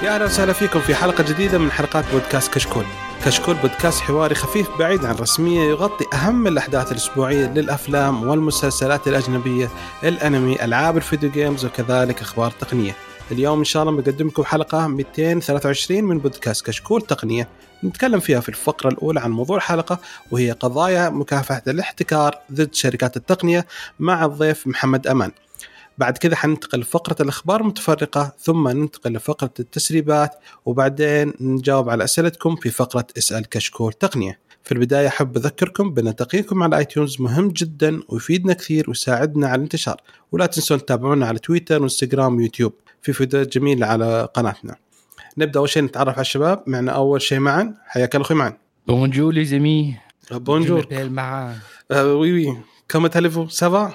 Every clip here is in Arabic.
يا أهلا وسهلا فيكم في حلقة جديدة من حلقات بودكاست كشكول. كشكول بودكاست حواري خفيف بعيد عن الرسمية، يغطي أهم الأحداث الأسبوعية للأفلام والمسلسلات الأجنبية، الأنمي، ألعاب الفيديو جيمز، وكذلك أخبار تقنية. اليوم إن شاء الله بقدم لكم حلقة 223 من بودكاست كشكول تقنية. نتكلم فيها في الفقرة الأولى عن موضوع الحلقة، وهي قضايا مكافحة الاحتكار ضد شركات التقنية، مع الضيف محمد أمان. بعد كذا حننتقل لفقرة الأخبار المتفرقة، ثم ننتقل لفقرة التسريبات، وبعدين نجاوب على أسئلتكم في فقرة اسأل كشكول تقنية. في البداية أحب أذكركم بأن تقييمكم على آيتونز مهم جدا ويفيدنا كثير ويساعدنا على الانتشار. ولا تنسون تتابعونا على تويتر وإنستغرام ويوتيوب، في فيديوهات جميلة على قناتنا. نبدأ أول شيء نتعرف على الشباب. معنا أول شيء معا. حياك الله أخوي معا. بونجور لي زمي. بونجور. وي وي كم تلفو سافا.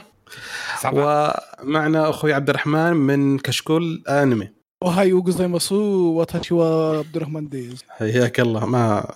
ومعنا أخوي عبد الرحمن من كشكول أنمي. وهاي وقزي مسو وتشوا عبد الرحمن ديز. حياك الله. ما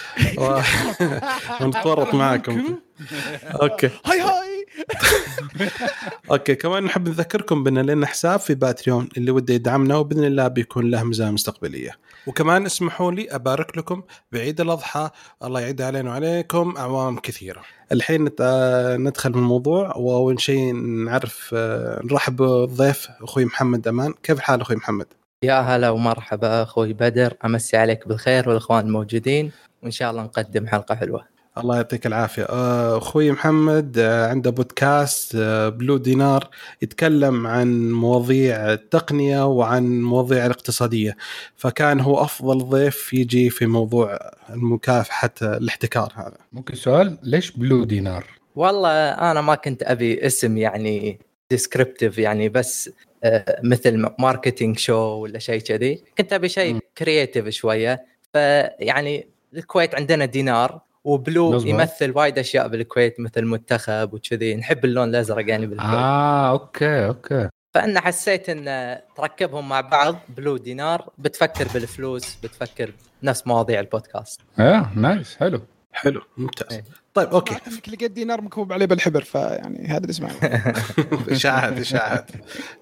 نتورط معكم. اوكي هاي اوكي. كمان نحب نذكركم بان لنا حساب في باتريون، اللي وده يدعمنا وباذن الله بيكون له مزايا مستقبليه. وكمان اسمحوا لي ابارك لكم بعيد الاضحى، الله يعيد علينا وعليكم اعوام كثيره. الحين ندخل في الموضوع، واول شيء نعرف نرحب بالضيف اخوي محمد امان. كيف الحال اخوي محمد؟ يا هلا ومرحبا أخوي بدر، أمسي عليك بالخير والإخوان الموجودين، وإن شاء الله نقدم حلقة حلوة. الله يعطيك العافية. أخوي محمد عنده بودكاست بلو دينار، يتكلم عن مواضيع التقنية وعن مواضيع الاقتصادية، فكان هو أفضل ضيف يجي في موضوع المكافحة الاحتكار هذا. ممكن سؤال، ليش بلو دينار؟ والله أنا ما كنت أبي اسم يعني ديسكريبتيف، يعني بس مثل ماركتينج شو ولا شيء كذي. كنت أبي شيء كرياتيف شوية. فيعني الكويت عندنا دينار، وبلو مزبوط. يمثل وايد أشياء بالكويت مثل منتخب وكذي، نحب اللون الأزرق يعني بالكويت. أوكي. فأنا حسيت أن تركبهم مع بعض بلو دينار بتفكر بالفلوس، بتفكر نفس مواضيع البودكاست. نايس. حلو ممتاز. طيب أوكي. انك لقيت دينار مكتوب عليه بالحبر، فيعني هذا اللي اسمه إشاعات.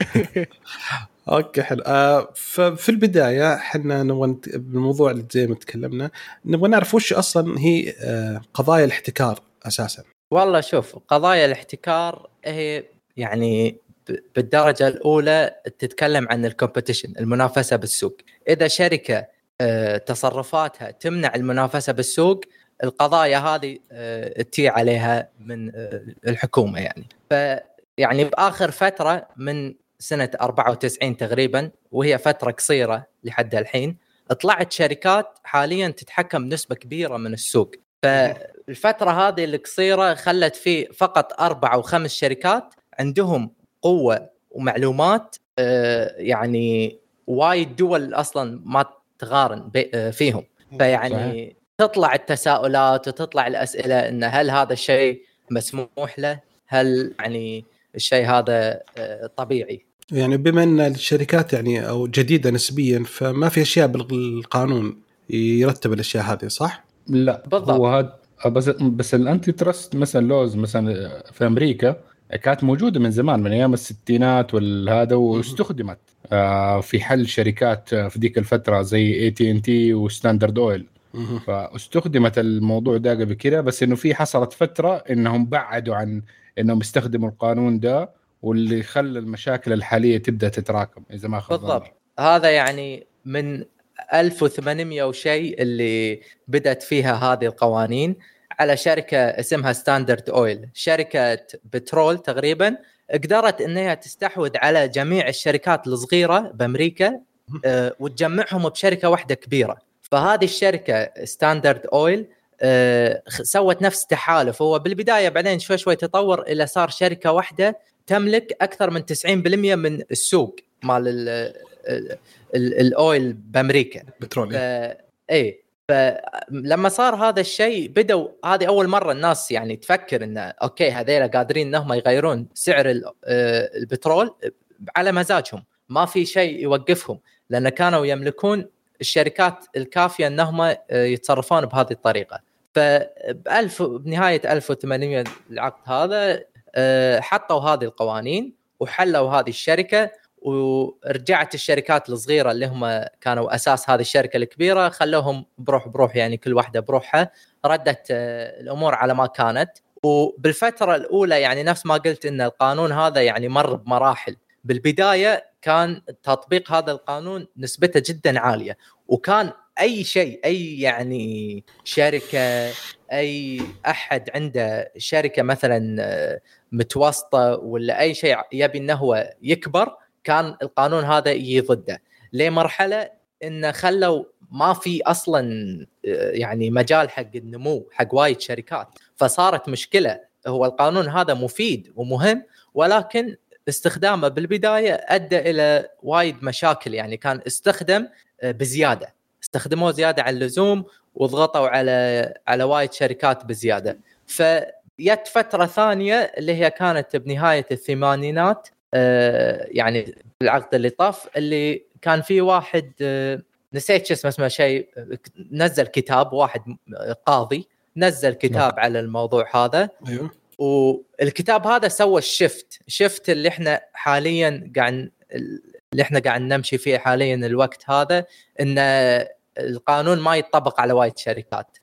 اوكي حلو. ففي البدايه احنا نبغى بالموضوع اللي زي ما تكلمنا، نبغى نعرف وش اصلا هي قضايا الاحتكار اساسا. والله شوف، قضايا الاحتكار هي يعني بالدرجه الاولى تتكلم عن الكومبيتيشن، المنافسه بالسوق. اذا شركه تصرفاتها تمنع المنافسه بالسوق، القضايا هذه تي عليها من الحكومه يعني. فيعني باخر فتره من سنة 94 تقريبا، وهي فترة قصيرة لحد الحين، طلعت شركات حاليا تتحكم نسبة كبيرة من السوق. فالفترة هذه القصيرة خلت فيه فقط 4 أو 5 شركات عندهم قوة ومعلومات، يعني وايد دول أصلا ما تقارن فيهم. فيعني تطلع التساؤلات وتطلع الأسئلة إن هل هذا الشيء مسموح له؟ هل يعني الشيء هذا طبيعي؟ يعني بما أن الشركات يعني أو جديدة نسبيا، فما في أشياء بالقانون يرتب الأشياء هذه، صح؟ لا بالضبط. هو هذا بس الانتي تراست مثلا لوز مثلا في أمريكا كانت موجودة من زمان، من أيام الستينات والهذا، واستخدمت في حل شركات في ديك الفترة زي AT&T وستاندرد أويل. فاستخدمت الموضوع ده قبل كده، بس إنه في حصلت فترة إنهم بعدوا عن إنهم يستخدموا القانون ده، واللي خلى المشاكل الحالية تبدأ تتراكم إذا ما خاب بالضبط. هذا يعني من 1800 وشيء اللي بدأت فيها هذه القوانين على شركة اسمها ستاندرد أويل، شركة بترول تقريبا، قدرت إنها تستحوذ على جميع الشركات الصغيرة بأمريكا وتجمعهم بشركة واحدة كبيرة. فهذه الشركة ستاندرد أويل سوت نفس تحالف. هو بالبداية بعدين شوي تطور إلى صار شركة واحدة تملك أكثر من 90% من السوق مال الأويل بأمريكا، بترول. فلما صار هذا الشيء بدوا، هذه أول مرة الناس يعني تفكر إن أوكي هذيلا قادرين إنهم يغيرون سعر البترول على مزاجهم، ما في شيء يوقفهم، لأن كانوا يملكون الشركات الكافية إنهم يتصرفون بهذه الطريقة. بنهاية 1800 العقد هذا حطوا هذه القوانين وحلوا هذه الشركة، ورجعت الشركات الصغيرة اللي هم كانوا أساس هذه الشركة الكبيرة خلوهم بروح يعني كل واحدة بروحها، ردت الأمور على ما كانت. وبالفترة الأولى يعني نفس ما قلت إن القانون هذا يعني مر بمراحل. بالبداية كان تطبيق هذا القانون نسبته جدا عالية، وكان أي شيء أي يعني شركة أي أحد عنده شركة مثلا متوسطة ولا أي شيء يبي إنه هو يكبر كان القانون هذا يضده. لمرحلة إنه خلوا ما في أصلا يعني مجال حق النمو حق وايد شركات، فصارت مشكلة. هو القانون هذا مفيد ومهم، ولكن استخدامه بالبداية أدى إلى وايد مشاكل. يعني كان استخدم بزيادة، استخدموه زيادة عن اللزوم وضغطوا على وايد شركات بزيادة. فيت فترة ثانية اللي هي كانت بنهاية الثمانينات، يعني العقد اللي طاف، اللي كان في واحد نسيت شو اسمه شيء، نزل كتاب، واحد قاضي نزل كتاب على الموضوع هذا. أيوه. والكتاب هذا سوى الشفت اللي احنا حاليا قاعد نمشي فيه حاليا الوقت هذا، ان القانون ما يتطبق على وايد شركات.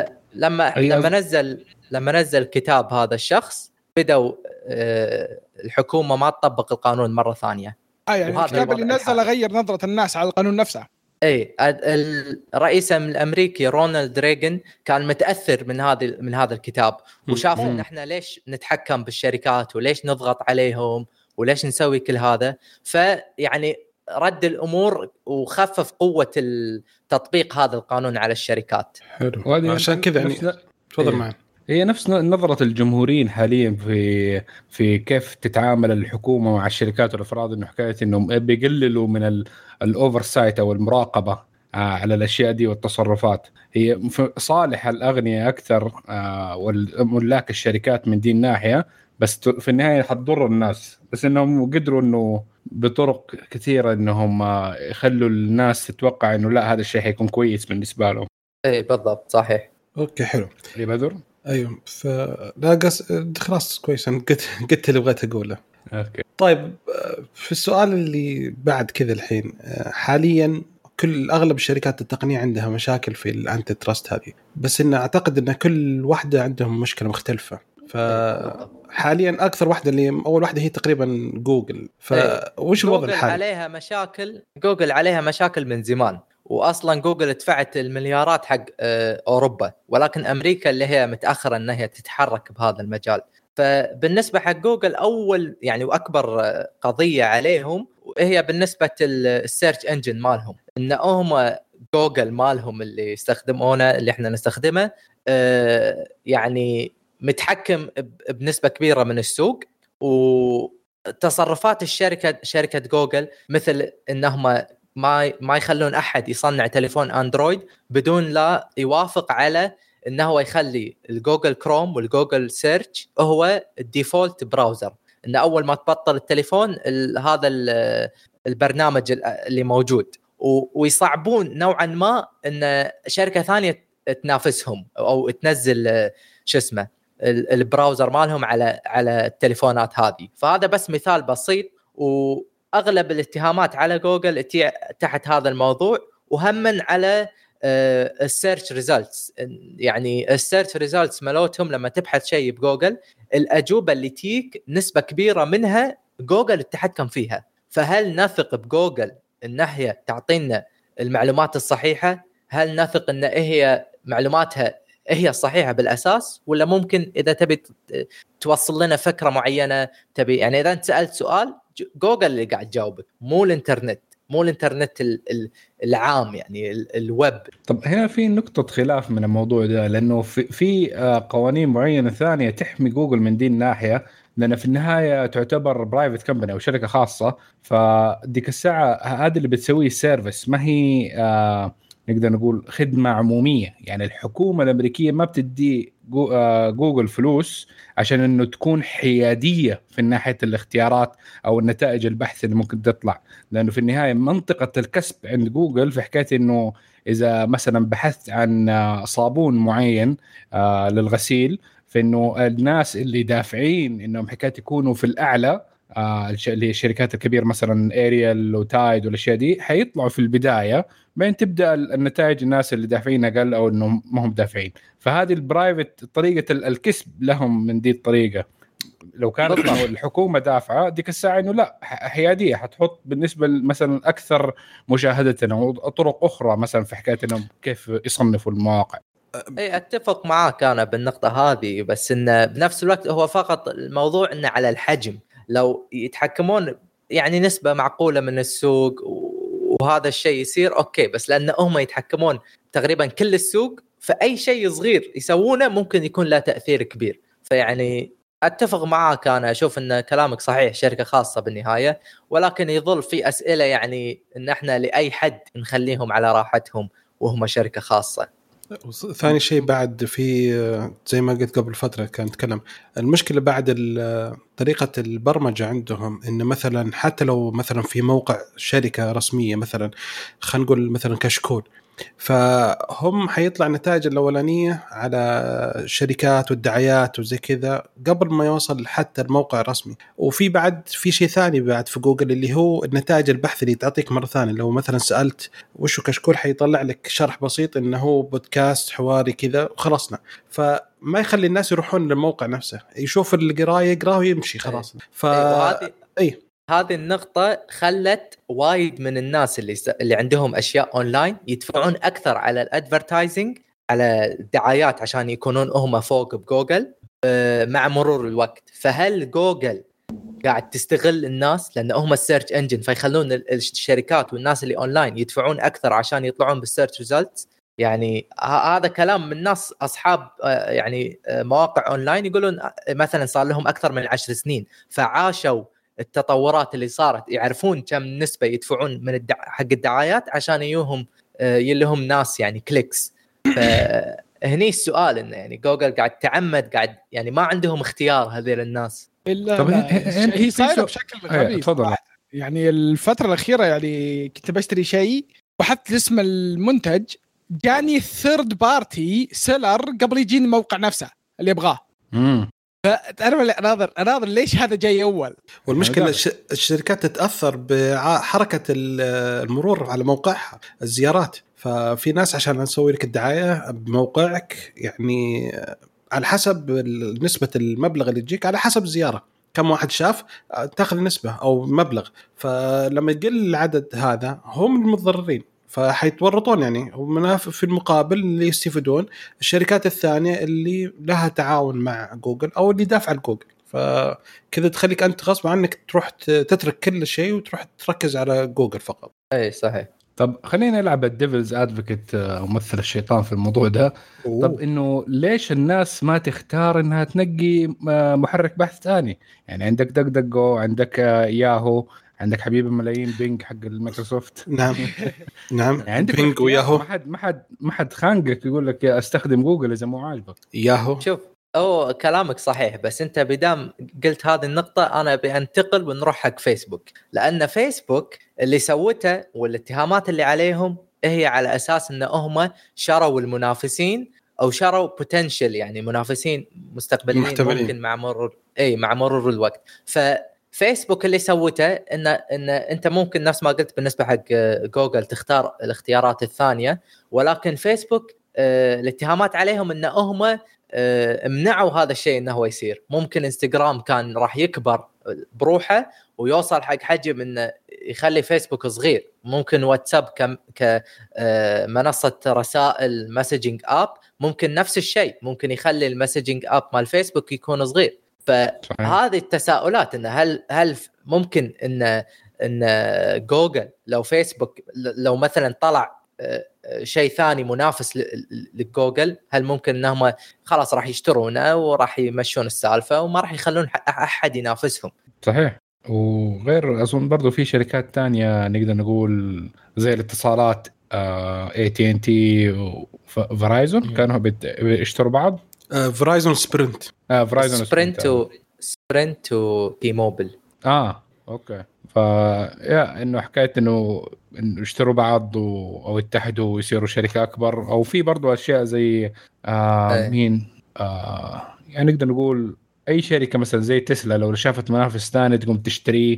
لما نزل كتاب هذا الشخص بدأوا الحكومة ما تطبق القانون مرة ثانية. يعني الكتاب اللي نزل غير نظرة الناس على القانون نفسه. اي الرئيس الامريكي رونالد ريغن كان متاثر من هذا الكتاب، وشاف ان احنا ليش نتحكم بالشركات وليش نضغط عليهم وليش نسوي كل هذا، فيعني رد الامور وخفف قوه التطبيق هذا القانون على الشركات. حلو. عشان كذا يعني تفضل معي. هي نفس نظرة الجمهوريين حاليا في كيف تتعامل الحكومة مع الشركات والأفراد، إنه حكاية إنهم بيقللوا من الأوفرسايت أو المراقبة على الأشياء دي والتصرفات. هي صالح الأغنياء أكثر والملاك الشركات من دي الناحية، بس في النهاية حتضر الناس. بس إنهم قدروا إنه بطرق كثيرة إنهم يخلوا الناس تتوقع إنه لا، هذا الشيء حيكون كويس بالنسبة لهم. إيه بالضبط، صحيح. أوكي حلو. اللي بدر ايوه، فلا خلاص كويس، انا قلت اللي بغيت اقوله. اوكي طيب، في السؤال اللي بعد كذا الحين، حاليا اغلب الشركات التقنيه عندها مشاكل في الانتي تراست هذه، بس ان اعتقد ان كل واحده عندهم مشكله مختلفه. فحاليا اكثر واحده اللي اول واحده هي تقريبا جوجل. فوش الوضع الحالي؟ جوجل عليها مشاكل من زمان، واصلا جوجل دفعت المليارات حق اوروبا، ولكن امريكا اللي هي متاخره انها تتحرك بهذا المجال. فبالنسبه حق جوجل اول يعني واكبر قضيه عليهم هي بالنسبه السيرش انجن مالهم، ان هم جوجل مالهم اللي يستخدمونه اللي احنا نستخدمه يعني متحكم بنسبه كبيره من السوق. وتصرفات شركه جوجل مثل انهم ما يخلون أحد يصنع تليفون أندرويد بدون لا يوافق على إنه هو يخلي الجوجل كروم والجوجل سيرش هو الديفولت براوزر، إنه أول ما تبطل التليفون هذا البرنامج اللي موجود. ويصعبون نوعا ما إن شركة ثانية تنافسهم أو تنزل البراوزر مالهم على التليفونات هذه. فهذا بس مثال بسيط، أغلب الاتهامات على جوجل تحت هذا الموضوع، وهمن على السيرش ريزلتس. يعني السيرش ريزلتس مالتهم لما تبحث شيء بجوجل، الأجوبة اللي تيك نسبة كبيرة منها جوجل التحكم فيها. فهل نثق بجوجل إن هي تعطينا المعلومات الصحيحة؟ هل نثق إن هي معلوماتها هي الصحيحة بالأساس، ولا ممكن إذا تبي توصل لنا فكرة معينة تبي، يعني إذا أنت سألت سؤال جوجل اللي قاعد تجاوبك، مو الانترنت العام، يعني الويب. طب هنا في نقطة خلاف من الموضوع ده، لأنه في قوانين معينة ثانية تحمي جوجل من دي الناحية، لأن في النهاية تعتبر برايفت كمباني أو شركة خاصة. فديك الساعة هذا اللي بتسويه سيرفيس، ما هي نقدر نقول خدمة عمومية. يعني الحكومة الأمريكية ما بتدي جوجل فلوس عشان أنه تكون حيادية في ناحية الاختيارات أو النتائج البحث اللي ممكن تطلع، لأنه في النهاية منطقة الكسب عند جوجل في حكاية أنه إذا مثلا بحثت عن صابون معين للغسيل، فإنه الناس اللي دافعين إنهم حكاية يكونوا في الأعلى اللي هي الشركات الكبيرة مثلا اريال وتايد والاشياء دي حيطلعوا في البدايه، بين تبدا النتائج الناس اللي دافعين اقل او انهم ما هم دافعين. فهذه البرايفت طريقه الكسب لهم من دي الطريقه. لو كانت الحكومه دافعه ديك الساعه انه لا حياديه حتحط بالنسبه مثلا اكثر مشاهده او طرق اخرى مثلا في حكايه انهم كيف يصنفوا المواقع. اي اتفق معاك انا بالنقطه هذه، بس انه بنفس الوقت هو فقط الموضوع انه على الحجم. لو يتحكمون يعني نسبه معقوله من السوق وهذا الشيء يصير اوكي، بس لان هم يتحكمون تقريبا كل السوق، فاي شيء صغير يسوونه ممكن يكون له تاثير كبير. فيعني اتفق معاك، انا اشوف ان كلامك صحيح، شركه خاصه بالنهايه، ولكن يظل في اسئله يعني ان احنا لاي حد نخليهم على راحتهم وهم شركه خاصه. ثاني شيء بعد في زي ما قلت قبل فترة كان نتكلم المشكلة بعد طريقة البرمجة عندهم، إن مثلا حتى لو مثلا في موقع شركة رسمية مثلا خلينا نقول مثلا كشكول، فهم حيطلع النتائج الأولانية على الشركات والدعايات وزي كذا قبل ما يوصل حتى الموقع الرسمي. وفي بعد في شيء ثاني بعد في جوجل اللي هو النتائج البحث اللي تعطيك مرة ثانية. لو مثلا سألت وشو كشكول حيطلع لك شرح بسيط إنه هو بودكاست حواري كذا وخلصنا، فما يخلي الناس يروحون للموقع نفسه يشوف القراية يقراه ويمشي خلاص. هذه النقطة خلت وايد من الناس اللي عندهم أشياء أونلاين يدفعون أكثر على الأدفرتايزنج، على الدعايات، عشان يكونون هم فوق بجوجل مع مرور الوقت. فهل جوجل قاعد تستغل الناس لأن هم السيرش انجن، فيخلون الشركات والناس اللي أونلاين يدفعون أكثر عشان يطلعون بالسيرش ريزلتس؟ يعني هذا كلام من ناس أصحاب يعني مواقع أونلاين يقولون مثلا صار لهم أكثر من 10 سنين فعاشوا التطورات اللي صارت، يعرفون كم نسبة يدفعون من حق الدعايات عشان يوهم يلهم ناس يعني كليكس. فهني السؤال إنه يعني جوجل قاعد تعمد، قاعد يعني ما عندهم اختيار هذول الناس. طب هي صايرة بشكل غبي. تفضل. يعني الفترة الأخيرة يعني كنت بشتري شيء وحط اسم المنتج، جاني ثيرد بارتي سيلر قبل يجيني الموقع نفسه اللي يبغاه. فأنا أناظر ليش هذا جاي أول. والمشكلة الشركات تتأثر بحركة المرور على موقعها، الزيارات. ففي ناس عشان نسوي لك الدعاية بموقعك يعني على حسب نسبة المبلغ اللي تجيك، على حسب الزيارة كم واحد شاف تاخذ نسبة أو مبلغ. فلما يقل العدد هذا هم المتضررين، فحيتورطون يعني. في المقابل اللي يستفيدون الشركات الثانية اللي لها تعاون مع جوجل أو اللي دافع جوجل. فكذا تخليك أنت غصب عنك تروح تترك كل شيء وتروح تركز على جوجل فقط. أي صحيح. طب خلينا نلعب الديفلز ادفوكيت، ممثل الشيطان في الموضوع ده. طب انه ليش الناس ما تختار انها تنقي محرك بحث ثاني؟ يعني عندك دق دقو، عندك ياهو، عندك حبيب الملايين بينج حق المايكروسوفت. نعم نعم يعني بينج وياهو. ما حد خانقك يقول لك استخدم جوجل اذا مو عاجبك. ياهو شوف كلامك صحيح، بس انت بدام قلت هذه النقطة انا بنتقل ونروح حق فيسبوك. لان فيسبوك اللي سوته والاتهامات اللي عليهم هي على اساس ان هم شروا المنافسين او شروا بوتنشل، يعني منافسين مستقبليين ممكن مع مرور الوقت. فيسبوك اللي سوته ان انت ممكن نفس ما قلت بالنسبة حق جوجل تختار الاختيارات الثانية، ولكن فيسبوك الاتهامات عليهم ان هم امنعوا هذا الشيء انه هو يصير. ممكن انستغرام كان راح يكبر بروحه ويوصل حق حجم انه يخلي فيسبوك صغير. ممكن واتساب كمنصة رسائل مسجنج اب ممكن نفس الشيء، ممكن يخلي المسجنج اب مال فيسبوك يكون صغير. فهذه التساؤلات ان هل ممكن ان جوجل لو فيسبوك لو مثلا طلع شيء ثاني منافس لجوجل، هل ممكن انهم خلاص راح يشترونه وراح يمشون السالفه وما راح يخلون احد ينافسهم؟ صحيح. وغير اظن برضو في شركات تانية نقدر نقول زي الاتصالات AT&T وفرايزون كانوا بيشتروا بعض. فرايزون سبرنت سبرنت وتي موبل. اوكي. انه حكايه انه يشتروا بعض او يتحدوا ويصيروا شركه اكبر، او في برضو اشياء زي مين يعني نقدر نقول اي شركه مثلا زي تسلا لو شافت منافس ثاني تقوم تشتريه،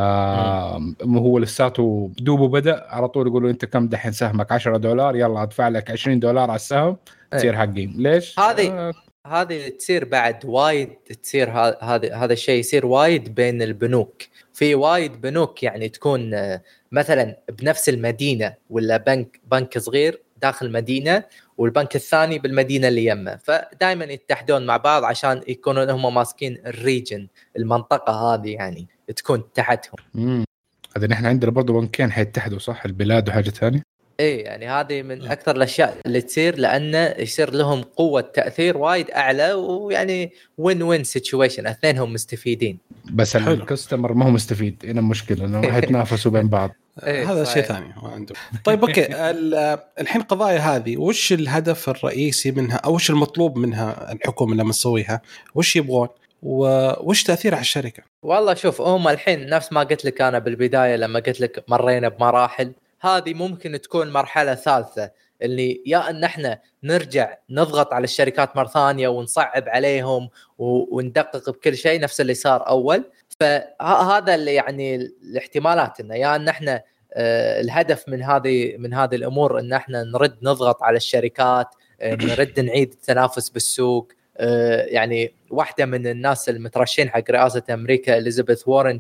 هو لساته دوبه بدا، على طول يقولوا انت كم دحين سهمك $10، يلا ادفع لك $20 على السهم تصير حقي. ليش؟ هذه تصير بعد وايد، تصير هذا الشيء يصير وايد بين البنوك. في وايد بنوك يعني تكون مثلا بنفس المدينه، ولا بنك صغير داخل مدينه والبنك الثاني بالمدينه اللي يمه، فدائما يتحدون مع بعض عشان يكونوا هم ماسكين الريجن، المنطقه هذه يعني تكون تحتهم. هذا نحن عندنا برضو بنكين حيتحدوا صح، البلاد وحاجه ثانيه. ايه يعني هذه من اكثر الاشياء اللي تصير، لانه يصير لهم قوه تاثير وايد اعلى، ويعني وين سيتويشن، اثنينهم مستفيدين. بس الكاستمر ما هو مستفيد، هنا المشكله انه حيتنافسوا بين بعض. هذا شيء ثاني عنده. طيب اوكي، الحين قضايا هذه وش الهدف الرئيسي منها، او وش المطلوب منها الحكومه لما تسويها؟ وش يبغون وش تاثير على الشركه؟ والله شوف، هم الحين نفس ما قلت لك انا بالبدايه لما قلت لك مرينا بمراحل، هذه ممكن تكون مرحله ثالثه، اللي يا ان احنا نرجع نضغط على الشركات مره ثانيه ونصعب عليهم وندقق بكل شيء نفس اللي صار اول. فهذا اللي يعني الاحتمالات، انه يا ان احنا الهدف من هذه الامور ان احنا نرد نضغط على الشركات، نرد نعيد التنافس بالسوق. يعني واحده من الناس المترشين حق رئاسه امريكا اليزابيث وارن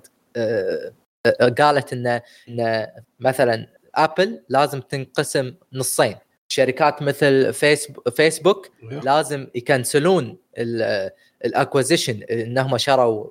قالت ان مثلا ابل لازم تنقسم نصين، شركات مثل فيسبوك لازم يكنسلون الاكوزيشن، انهم شروا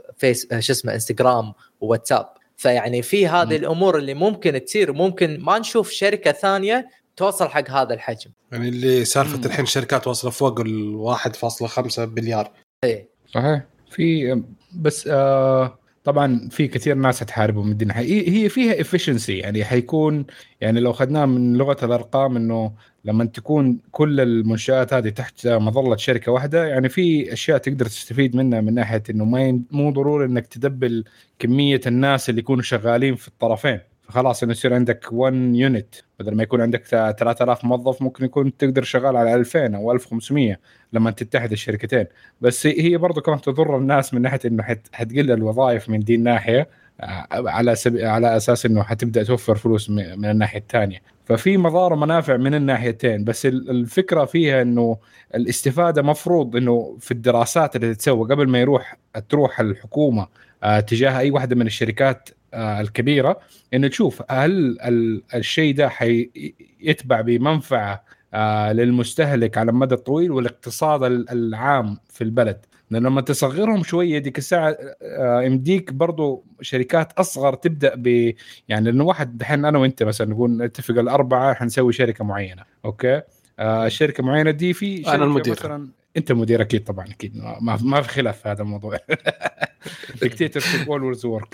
انستغرام وواتساب. فيعني في هذه الامور اللي ممكن تصير، ممكن ما نشوف شركه ثانيه توصل حق هذا الحجم. يعني اللي سالفه الحين شركات واصله فوق 1.5 بليار. ايه صحيح. في بس طبعا في كثير ناس هتحاربوا من الدنيا. هي فيها efficiency، يعني حيكون يعني لو أخذناه من لغة الأرقام إنه لما تكون كل المنشآت هذه تحت مظلة شركة واحدة، يعني في أشياء تقدر تستفيد منها من ناحية إنه مو ضروري إنك تدبل كمية الناس اللي يكونوا شغالين في الطرفين. فخلاص إنه يصير عندك 1 يونت بدل ما يكون عندك 3000 موظف، ممكن يكون تقدر شغال على 2000 أو 1500 لما تتحد الشركتين. بس هي برضو كمان تضر الناس من ناحية إنه حتقل الوظائف من دي الناحية، على أساس إنه حتبدأ توفر فلوس من الناحية الثانية. ففي مضار ومنافع من الناحيتين، بس الفكرة فيها إنه الاستفادة مفروض إنه في الدراسات اللي تتسوى قبل ما تروح الحكومة تجاه أي واحدة من الشركات الكبيرة، إنه تشوف هل الشيء ده يتبع بمنفعة للمستهلك على المدى الطويل والاقتصاد العام في البلد. لأن لما تصغرهم شوية ديك الساعة يمديك برضو شركات أصغر تبدأ يعني لأنه واحد دحين أنا وإنت مثلا نقول نتفق الأربعة حنسوي شركة معينة، أوكي؟ الشركة معينة دي في شركة أنا المدير مثلا، أنت مدير أكيد طبعا أكيد ما في خلاف في هذا الموضوع. dictatorship always work.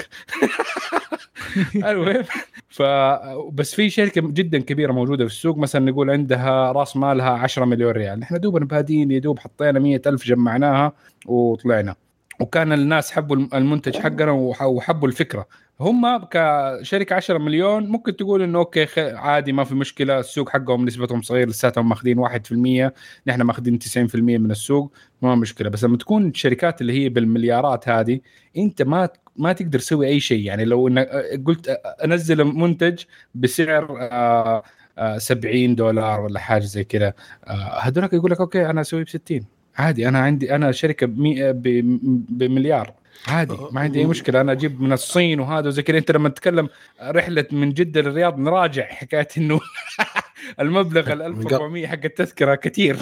المهم بس في شركة جدا كبيرة موجودة في السوق مثلا نقول عندها رأس مالها 10 مليون ريال، نحن دوبنا بادين يدوب حطينا 100,000 جمعناها وطلعنا، وكان الناس حبوا المنتج حقنا وحبوا الفكرة. هم كشركة 10 مليون ممكن تقول إنه أوكي عادي ما في مشكلة، السوق حقهم نسبتهم صغير لساتهم ماخذين 1%، نحن ماخذين 90% من السوق، ما مشكلة. بس لما تكون الشركات اللي هي بالمليارات هذه أنت ما تقدر تسوي أي شيء. يعني لو إن قلت أنزل منتج بسعر $70 ولا حاجة زي كده، هذولك يقول لك أوكي أنا أسوي ب60 عادي، أنا شركة بمليار عادي ما عندي أي مشكلة، أنا أجيب من الصين وهذا وزي كده. أنت لما تتكلم رحلة من جدة للرياض نراجع حكاية إنه المبلغ 1400 حق التذكرة كتير.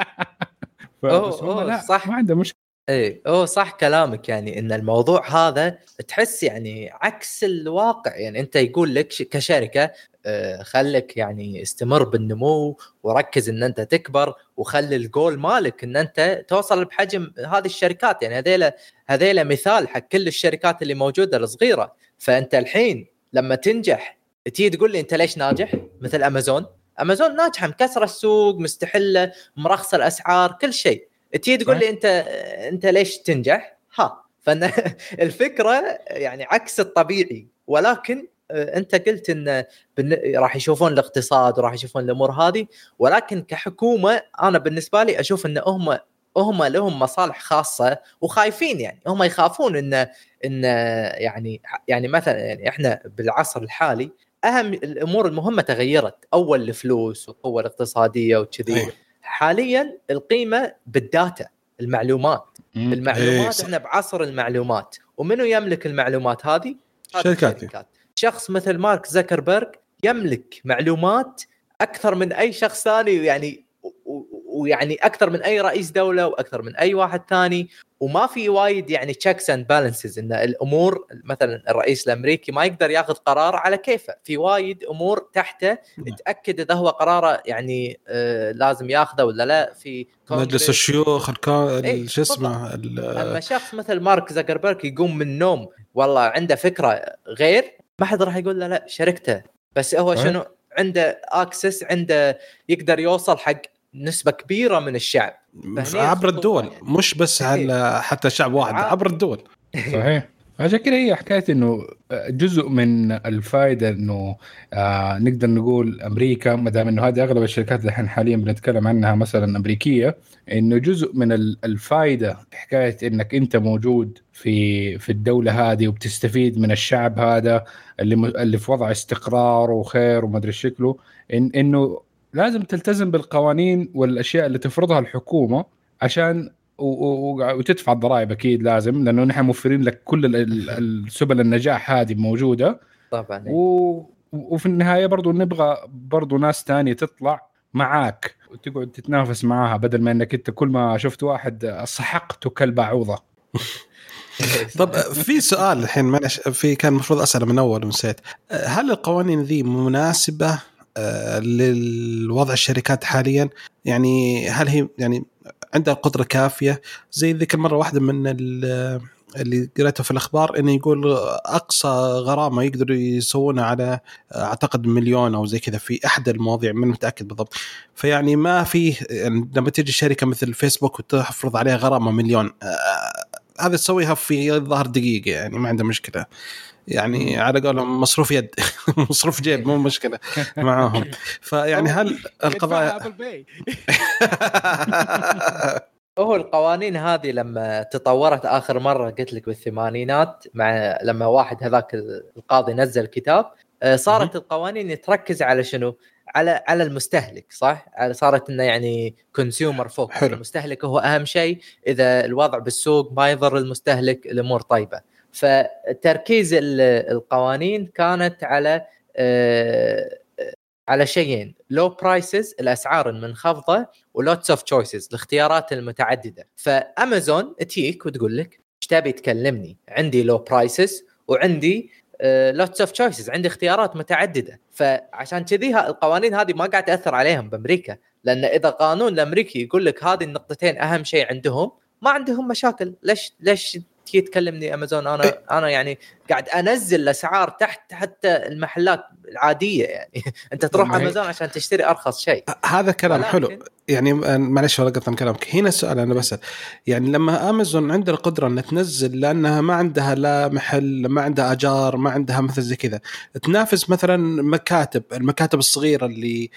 لا صح، ما عنده مشكلة. ايه صح كلامك، يعني ان الموضوع هذا تحس يعني عكس الواقع. يعني انت يقول لك كشركة خلك يعني استمر بالنمو وركز ان انت تكبر، وخلي الجول مالك ان انت توصل بحجم هذه الشركات. يعني هذيلا مثال حق كل الشركات اللي موجودة الصغيرة. فانت الحين لما تنجح تيجي تقول لي انت ليش ناجح؟ مثل امازون امازون ناجحه، مكسره السوق، مستحله، مرخصه الاسعار، كل شيء. تيجي تقول لي انت ليش تنجح؟ فان الفكره يعني عكس الطبيعي. ولكن انت قلت ان راح يشوفون الاقتصاد وراح يشوفون الامور هذه، ولكن كحكومه انا بالنسبه لي اشوف ان هم وهم لهم مصالح خاصه وخايفين، يعني هم يخافون ان يعني مثلا يعني احنا بالعصر الحالي اهم الامور المهمه تغيرت. اول الفلوس والقوه الاقتصاديه وكذي، حاليا القيمه بالداتا، المعلومات. احنا بعصر المعلومات، ومنو يملك المعلومات هذه؟ شركات. شخص مثل مارك زكربيرج يملك معلومات اكثر من اي شخص ثاني، ويعني اكثر من اي رئيس دوله واكثر من اي واحد ثاني. وما في وايد يعني تشيكس اند بالانسز، ان الامور مثلا الرئيس الامريكي ما يقدر ياخذ قرار على كيفه، في وايد امور تحته تاكد اذا هو قراره يعني لازم ياخذه ولا لا، في مجلس الشيوخ شو اسمه. اما شخص مثل مارك زكربيرج يقوم من النوم والله عنده فكره غير، ما حد راح يقول له لا شركته، بس هو شنو عنده اكسس، عنده يقدر يوصل حق نسبة كبيرة من الشعب عبر الدول يعني. مش بس على حتى شعب واحد، عبر الدول. صحيح. عشان كده هي حكاية إنه جزء من الفائدة إنه نقدر نقول أمريكا، ما دام إنه هذه أغلب الشركات اللي إحنا حاليا بنتكلم عنها مثلا أمريكية، إنه جزء من الفائدة حكاية إنك أنت موجود في الدولة هذه وبتستفيد من الشعب هذا اللي في وضع استقرار وخير وما أدري شكله، إنه لازم تلتزم بالقوانين والأشياء اللي تفرضها الحكومة عشان وتدفع الضرائب أكيد لازم، لأنه نحن موفرين لك كل السبل النجاح هذه موجودة طبعا. وفي النهاية برضو نبغى برضو ناس تانية تطلع معاك وتقعد تتنافس معاها، بدل ما أنك أنت كل ما شفت واحد صحقته كالبعوضة. طب في سؤال الحين معلش، في كان المفروض أسأله من أول ونسيت، هل القوانين ذي مناسبة للوضع الشركات حاليا؟ يعني هل هي يعني عندها قدرة كافية؟ زي ذيك المرة واحدة من اللي قرأته في الأخبار إنه يقول أقصى غرامة يقدروا يسوونها على أعتقد 1,000,000 أو زي كذا في أحد المواضيع، من متأكد بالضبط. فيعني ما فيه يعني لما تيجي شركة مثل فيسبوك وتفرض عليها غرامة 1,000,000 هذا تسويها في ظهر دقيقة، يعني ما عنده مشكلة، يعني على قولهم مصروف يد مصروف جيب، مو مشكلة معاهم. فيعني هل القضايا هو القوانين هذه لما تطورت آخر مرة قلت لك بالثمانينات، مع لما واحد هذاك القاضي نزل كتاب، صارت القوانين تركز على شنو؟ على المستهلك، صح؟ صارت إنه يعني كونسيومر فوكس، المستهلك هو أهم شيء، إذا الوضع بالسوق ما يضر المستهلك الأمور طيبة. فتركيز القوانين كانت على شيئين: low prices الأسعار المنخفضة، و lots of choices الاختيارات المتعددة. فأمازون تيك وتقول لك ايش تبي تكلمني، عندي low prices وعندي lots of choices، عندي اختيارات متعددة. فعشان كذي القوانين هذه ما قاعد تأثر عليهم بأمريكا، لأن إذا قانون الأمريكي يقول لك هذه النقطتين أهم شيء عندهم، ما عندهم مشاكل. ليش تكلمني أمازون؟ أنا يعني قاعد أنزل الأسعار تحت حتى المحلات العادية، يعني أنت تروح أمازون عشان تشتري أرخص شيء. هذا كلام حلو. يعني معلش ولا قطعا كلامك، هنا السؤال أنا بسأل، يعني لما أمازون عندها القدرة أن تنزل لأنها ما عندها لا محل، ما عندها أجار، ما عندها مثل زي كذا، تنافس مثلا المكاتب الصغيرة اللي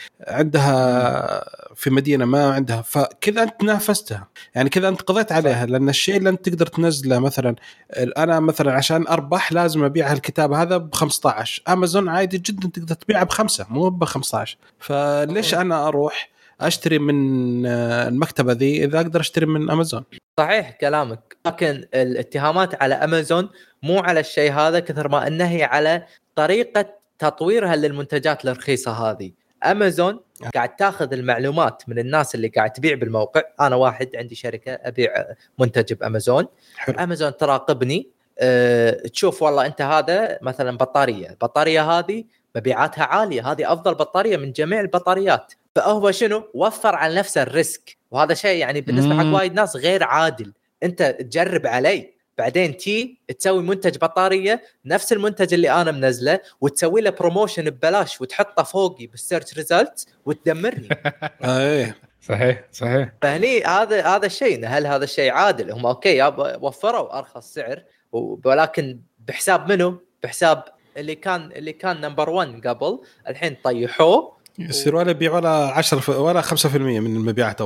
عندها في مدينة ما عندها، فكذا أنت نافستها، يعني كذا أنت قضيت عليها. لأن الشيء اللي أنت تقدر تنزله مثلا، أنا مثلا عشان أربح لازم أبيع الكتاب هذا ب15، أمازون عادي جدا تقدر تبيعه ب5 مو ب15. فليش أنا أروح أشتري من المكتبة ذي إذا أقدر أشتري من أمازون؟ صحيح كلامك، لكن الاتهامات على أمازون مو على الشيء هذا كثر ما أنها هي على طريقة تطويرها للمنتجات الرخيصة هذه. أمازون قاعد تاخذ المعلومات من الناس اللي قاعد تبيع بالموقع. أنا واحد عندي شركة أبيع منتج بأمازون، أمازون تراقبني، تشوف والله أنت هذا مثلا بطارية هذه مبيعاتها عالية، هذه أفضل بطارية من جميع البطاريات. فهو شنو؟ وفر على نفسه الريسك، وهذا شيء يعني بالنسبة حق وايد ناس غير عادل. أنت تجرب علي بعدين تسوي منتج بطارية نفس المنتج اللي أنا منزله وتسوي له بروموشن ببلاش وتحطه فوقي بالسيرش ريزلتس وتدمرني. ايه صحيح. فهني هذا الشيء، هل هذا الشيء عادل؟ هم اوكي وفروا ارخص سعر، ولكن بحساب منه؟ بحساب اللي كان نمبر 1 قبل، الحين طيحوه يصير ولا يبيع ولا 10 ولا 5% من المبيعات اول.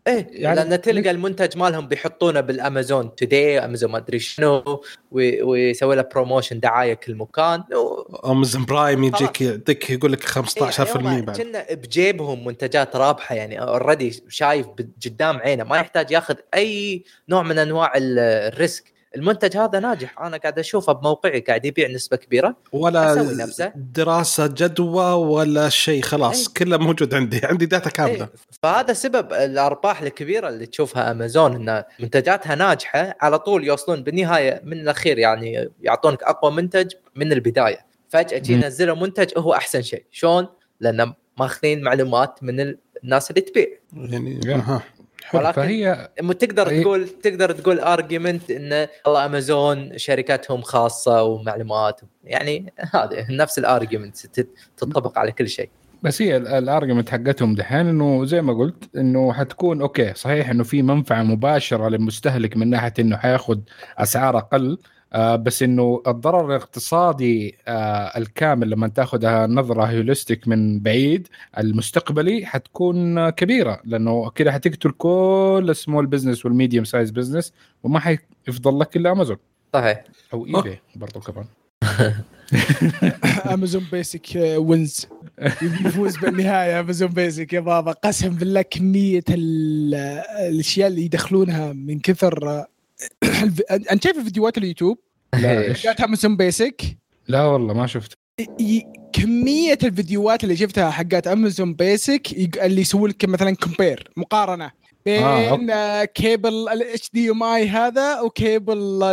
ايه يعني لان تلقى المنتج مالهم بيحطونه بالامازون توداي، امازون ما ادري شنو، ويسوي له بروموشن دعايه كل مكان. امازون برايم يجيك خلاص. يعطيك يقول لك 15% إيه بعد. كنا بجيبهم منتجات رابحه، يعني اوريدي شايف قدام عينه، ما يحتاج ياخذ اي نوع من انواع الريسك. المنتج هذا ناجح، انا قاعد اشوفه بموقعي قاعد يبيع نسبه كبيره، ولا اسوي نفسه دراسة جدوى ولا شيء، خلاص أي. كله موجود عندي داتا كاملة. إيه. فهذا سبب الارباح الكبيره اللي تشوفها امازون، ان منتجاتها ناجحه على طول يوصلون بالنهايه من الاخير، يعني يعطونك اقوى منتج من البدايه، فجاه ينزلوا منتج هو احسن شيء. شلون؟ لان ماخذين معلومات من الناس اللي تبيع. يعني حلو. ولكن فهي تقدر تقول ارجيومنت ان والله امازون شركتهم خاصه ومعلومات، يعني هذا نفس الارجيومنت تطبق على كل شيء. بس هي الارجيومنت حقتهم دحين انه زي ما قلت انه حتكون اوكي صحيح انه في منفعه مباشره للمستهلك من ناحيه انه حياخذ اسعار اقل، بس انه الضرر الاقتصادي الكامل لما تاخذها نظره هيوليستيك من بعيد المستقبلي حتكون كبيره، لانه كده حتقتل كل السمول بزنس والميديوم سايز بزنس، وما حيفضل لك الا امازون صحيح، او ايباي برضو كمان. امازون بيسك وينز، يفوز بالنهايه. امازون بيسك يا بابا، قسم بالله كميه الاشياء اللي يدخلونها من كثر. انت شايف فيديوهات اليوتيوب لا حقت امازون بيسك؟ لا والله ما شفت. كميه الفيديوهات اللي شفتها حقت امازون بيسك اللي يسوي لك مثلا كومبير، مقارنه بين كيبل الاتش دي ام اي هذا وكيبل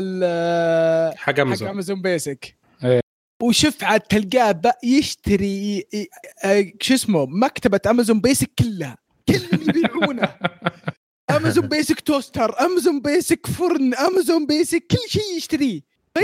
حق امازون بيسك. إيه. وشوف عاد تلقاه يشتري شو اسمه مكتبه امازون بيسك كلها، كل اللي يبيعونه امازون بيسك توستر، امازون بيسك فرن، امازون بيسك كل شيء يشتريه.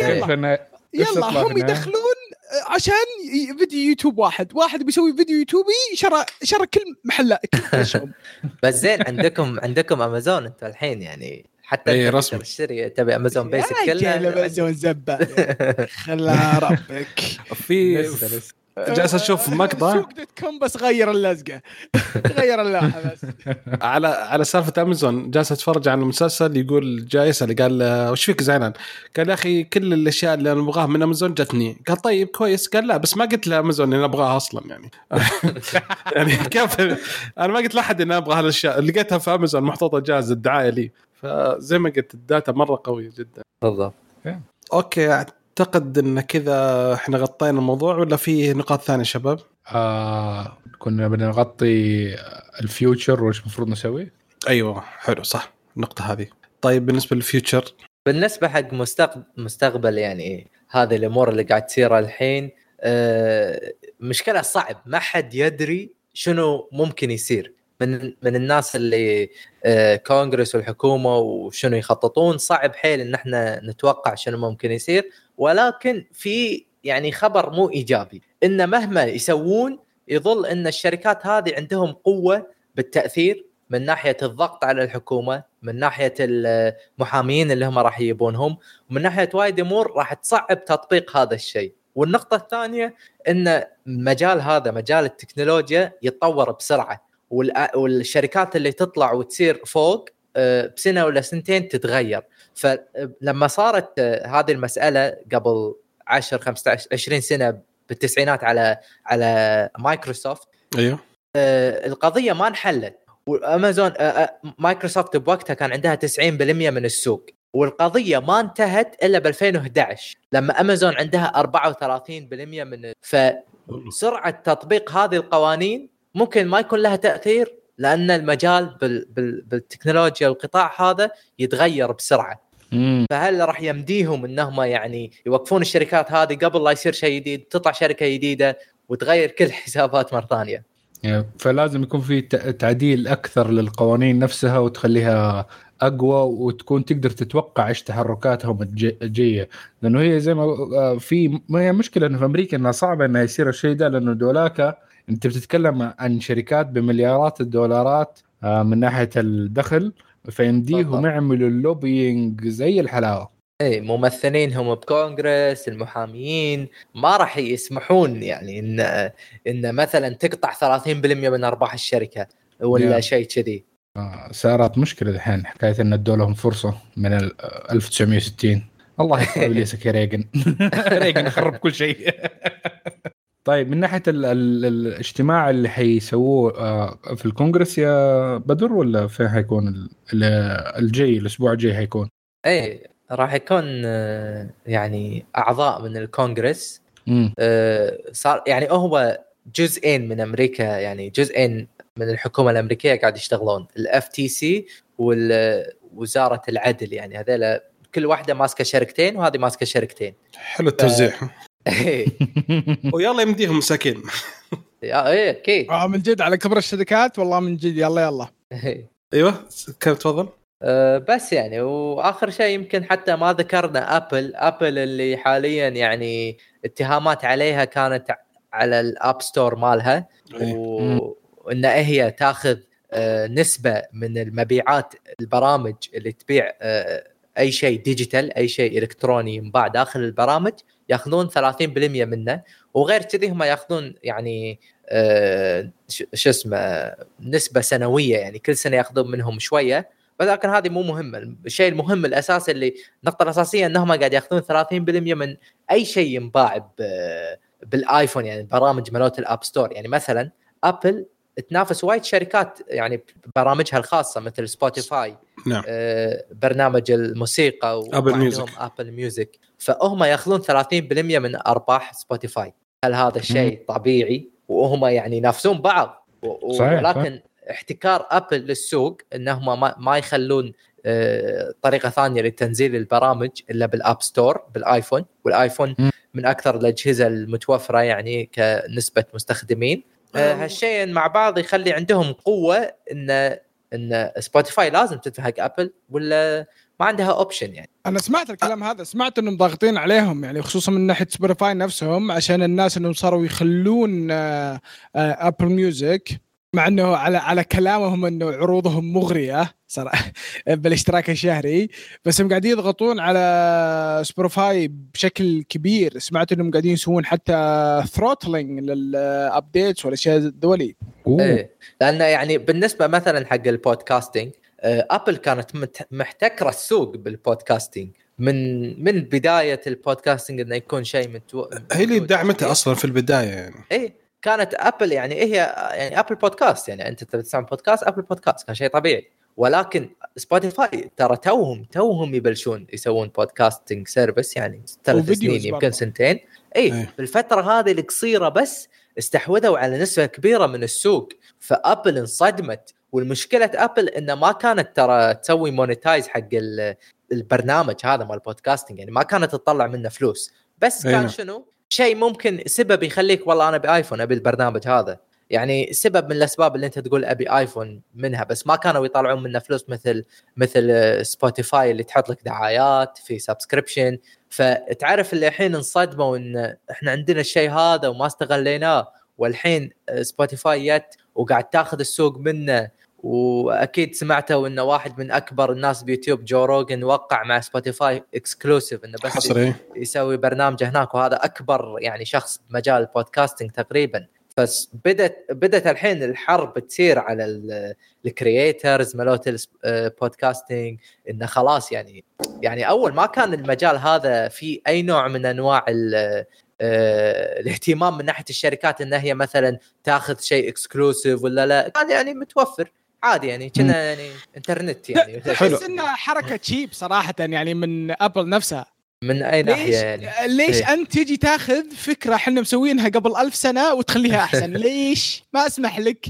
يلا هم يدخلون عشان فيديو يوتيوب واحد بيسوي فيديو يوتيوبي شرى كل محل كلهم. بس زين عندكم امازون انتوا الحين، يعني حتى انت تشتري تبي امازون بيسك كله. امازون زبا خلا ربك. في جالس اشوف مقطع سوق.com بس غير اللزقه، غير اللوحه بس. على سالفه امازون، جالس اتفرج على المسلسل، يقول جاي يسأل قال وش فيك زعلان؟ قال يا اخي كل الاشياء اللي انا ابغاها من امازون جتني. قال طيب كويس. قال لا بس ما قلت لامازون ان انا ابغاها اصلا، يعني يعني كيف انا ما قلت لاحد ان انا ابغى هالاشياء، لقيتها في امازون محطوطه جاهزه الدعايه لي. فزي ما قلت الداتا مره قويه جدا. بالضبط. اوكي، اعتقد ان كذا احنا غطينا الموضوع، ولا في نقاط ثانيه شباب؟ كنا بنغطي الفيوتشر وش المفروض نسوي. ايوه حلو صح النقطه هذه. طيب بالنسبه للفيوتشر، بالنسبه حق مستقبل يعني هذه الامور اللي قاعد تصير الحين، مشكله صعب، ما حد يدري شنو ممكن يصير من الناس اللي كونغرس والحكومه وشنو يخططون. صعب حيل ان احنا نتوقع شنو ممكن يصير، ولكن في يعني خبر مو ايجابي، ان مهما يسوون يظل ان الشركات هذه عندهم قوه بالتاثير من ناحيه الضغط على الحكومه، من ناحيه المحامين اللي هم راح يجيبونهم، ومن ناحيه وايد امور راح تصعب تطبيق هذا الشيء. والنقطه الثانيه ان مجال التكنولوجيا يتطور بسرعه، والشركات اللي تطلع وتصير فوق بسنه ولا سنتين تتغير. فلما صارت هذه المساله قبل 10 15 20 سنه بالتسعينات على مايكروسوفت، ايوه القضيه ما انحلت. وامازون مايكروسوفت بوقتها كان عندها 90% من السوق، والقضيه ما انتهت الا ب 2011 لما امازون عندها 34% من. فسرعه تطبيق هذه القوانين ممكن ما يكون لها تاثير، لان المجال بالتكنولوجيا والقطاع هذا يتغير بسرعه. فهل راح يمديهم انهم يعني يوقفون الشركات هذه قبل لا يصير شيء جديد، تطلع شركه جديده وتغير كل حسابات مره ثانيه؟ فلازم يكون في تعديل أكثر للقوانين نفسها وتخليها أقوى، وتكون تقدر تتوقع إيش تحركاتهم الجاية. لأنه هي زي ما ما هي مشكلة إنه في أمريكا إنها صعبة إنها يصير الشيء ده، لأنه دولاك أنت بتتكلم عن شركات بمليارات الدولارات من ناحية الدخل، فيمديهم يعملوا اللوبينج زي الحلاوة. اي ممثلين هم بكونغرس، المحامين ما راح يسمحون يعني ان مثلا تقطع 30% من ارباح الشركه ولا شيء كذي. صارت مشكلة الحين حكاية إن ادوا لهم فرصة من 1960. الله يحفظ إبليسك يا ريغن. ريغن خرب كل شيء. طيب من ناحية الاجتماع اللي حيسووه في الكونغرس يا بدر، ولا فين حيكون الجاي الأسبوع الجاي حيكون؟ ايه راح يكون يعني اعضاء من الكونغرس صار يعني هو جزئين من امريكا، يعني جزئين من الحكومه الامريكيه قاعد يشتغلون، الاف تي سي ووزاره العدل، يعني هذول كل واحده ماسكه شركتين وهذه ماسكه شركتين. حلو التوزيع. ويلا يمديهم مساكين. ايه اكيد من جد على كبر الشركات والله من جد. يلا ايوه كيف تفضل. بس يعني واخر شيء يمكن حتى ما ذكرنا ابل اللي حاليا يعني اتهامات عليها كانت على الاب ستور مالها، وان هي تاخذ نسبه من المبيعات البرامج اللي تبيع اي شيء ديجيتال، اي شيء الكتروني ينباع داخل البرامج ياخذون 30% منه، وغير كذي هم ياخذون يعني شو اسمه نسبه سنويه، يعني كل سنه ياخذون منهم شويه، ولكن هذه مو مهمه. الشيء المهم الاساسي اللي النقطه الاساسيه انهم قاعد ياخذون 30% من اي شيء ينباع بالايفون، يعني برامج مالت الاب ستور. يعني مثلا ابل تنافس وايد شركات يعني برامجها الخاصه مثل سبوتيفاي، نعم. برنامج الموسيقى وعندهم ابل ميوزك، فهم ياخذون 30% من ارباح سبوتيفاي. هل هذا الشيء طبيعي؟ وهم يعني ينافسون بعض، ولكن احتكار ابل للسوق انهم ما يخلون طريقه ثانيه لتنزيل البرامج الا بالاب ستور بالايفون، والايفون من اكثر الاجهزه المتوفره يعني كنسبه مستخدمين. هالشيء مع بعض يخلي عندهم قوه ان سبوتيفاي لازم تدفع حق ابل ولا ما عندها اوبشن. يعني انا سمعت الكلام هذا، سمعت انهم ضاغطين عليهم يعني خصوصا من ناحيه سبوتيفاي نفسهم عشان الناس انهم صاروا يخلون ابل ميوزك، مع انه على كلامهم انه عروضهم مغريه صراحه بالاشتراك الشهري، بس هم قاعدين يضغطون على سبوتيفاي بشكل كبير. سمعت انهم قاعدين يسوون حتى ثروتلينج للابديتس والاشياء الدولي. ايه لان يعني بالنسبه مثلا حق البودكاستنج، ابل كانت محتكره السوق بالبودكاستنج من بدايه البودكاستنج انه يكون شيء هي اللي دعمتها اصلا في البدايه يعني. ايه كانت ابل يعني هي يعني ابل بودكاست، يعني انت تسمع بودكاست ابل بودكاست كان شيء طبيعي، ولكن سبوتيفاي ترى توهم يبلشون يسوون بودكاستنج سيرفيس يعني 3 سنين يمكن سنتين. ايه بالفتره هذه القصيره بس استحوذوا على نسبه كبيره من السوق، فابل انصدمت. والمشكله ابل انه ما كانت ترى تسوي مونيتايز حق البرنامج هذا مال البودكاستنج، يعني ما كانت تطلع منه فلوس، بس كان شنو شيء ممكن سبب يخليك والله انا بايفون ابي البرنامج هذا، يعني سبب من الاسباب اللي انت تقول ابي ايفون منها، بس ما كانوا يطلعون منه فلوس مثل سبوتيفاي اللي تحط لك دعايات في سبسكريبشن. فتعرف اللي الحين انصدموا ان احنا عندنا الشيء هذا وما استغليناه، والحين سبوتيفاي جت وقاعد تاخذ السوق منه. واكيد سمعتوا انه واحد من اكبر الناس بيوتيوب جو روغن وقع مع سبوتيفاي اكسكلوسيف انه بس حصري يسوي برنامج هناك، وهذا اكبر يعني شخص بمجال البودكاستنج تقريبا. بدت الحين الحرب تصير على الكرييترز مالوت البودكاستنج، انه خلاص يعني اول ما كان المجال هذا في اي نوع من انواع الاهتمام من ناحيه الشركات ان هي مثلا تاخذ شيء اكسكلوسيف ولا لا، كان يعني متوفر عادي، يعني كنا يعني انترنت يعني حلو. انها حركه تشيب صراحه يعني من ابل نفسها. من اي ناحيه يعني ليش انت تيجي تاخذ فكره احنا مسوينها قبل 1000 سنه وتخليها احسن؟ ليش ما اسمح لك؟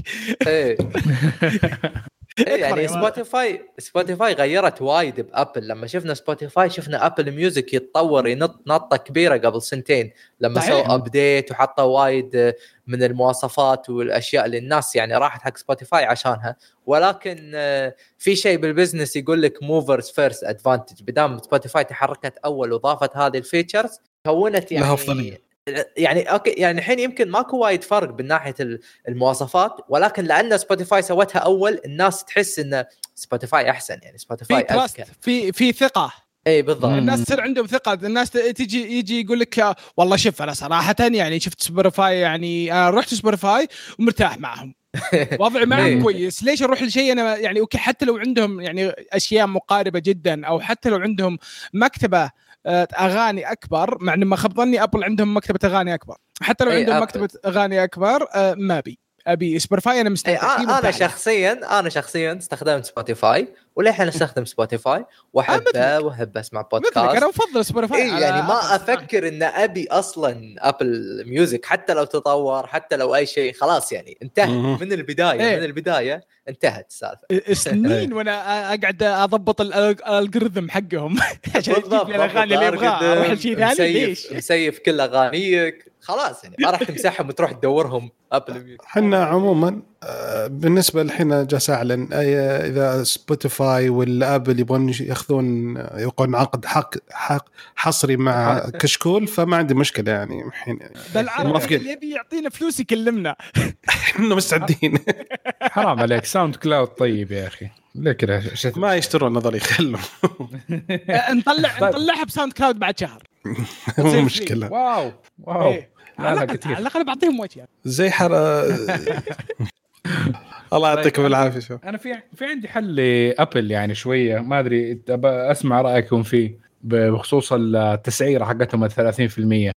يعني سبوتيفاي غيرت وايد بابل. لما شفنا سبوتيفاي شفنا ابل ميوزك يتطور ينط نطه كبيره قبل سنتين لما سووا ابديت وحطوا وايد من المواصفات والاشياء اللي الناس يعني راحت حق سبوتيفاي عشانها. ولكن في شيء بالبزنس يقول لك موفرز فيرست ادفانتج، بدام سبوتيفاي تحركت اول وضافت هذه الفيتشرز كونت يعني اوكي يعني الحين يمكن ماكو وايد فرق من ناحيه المواصفات، ولكن لان سبوتيفاي سوتها اول الناس تحس ان سبوتيفاي احسن، يعني سبوتيفاي اذكى في ثقه. اي بالضبط، الناس تصير عندهم ثقه، الناس يجي يقول لك والله شوف انا صراحه يعني شفت سبوتيفاي، يعني انا رحت سبوتيفاي ومرتاح معهم، وضعي معهم كويس، ليش اروح لشيء انا يعني اوكي حتى لو عندهم يعني اشياء مقاربه جدا، او حتى لو عندهم مكتبه اغاني اكبر، مع انه ما خاب ظني ابل عندهم مكتبه اغاني اكبر، حتى لو عندهم مكتبه اغاني اكبر ما ابي سبوتيفاي. انا مستمتع انا شخصيا استخدمت سبوتيفاي، وللحين استخدم سبوتيفاي واحب اسمع بودكاست. انا افضل سبوتيفاي يعني ما افكر ان ابي اصلا ابل ميوزك حتى لو تطور، حتى لو اي شيء، خلاص يعني انتهت من البدايه. من البدايه انتهت السالفه. سنين وانا اقعد اضبط الالجوريثم حقهم عشان يجيب لي الاغاني اللي ابغاها. اروح لشيء ثاني ليش مسيف كل اغانيك خلاص، يعني ما راح تمسحهم وتروح تدورهم ابل ميوزك. حنا عموما بالنسبه الحين جالس اعلن اذا سبوتيفاي والابل يبغون ياخذون يوقعون عقد حق حصري مع كشكول، فما عندي مشكله يعني. الحين بالعربي اللي يبي يعطينا فلوس يكلمنا احنا مستعدين. حرام عليك، ساوند كلاود طيب يا اخي، ليه كذا ما يشترون نظري خلهم. نطلعها بساوند كلاود بعد شهر مو مشكله. واو على الأقل بعطيهم وجه زي الله يعطيكم العافية. شو أنا في عندي حل لأبل يعني شوية، ما أدري أسمع رأيكم فيه بخصوص التسعيرة حقتهم 30%.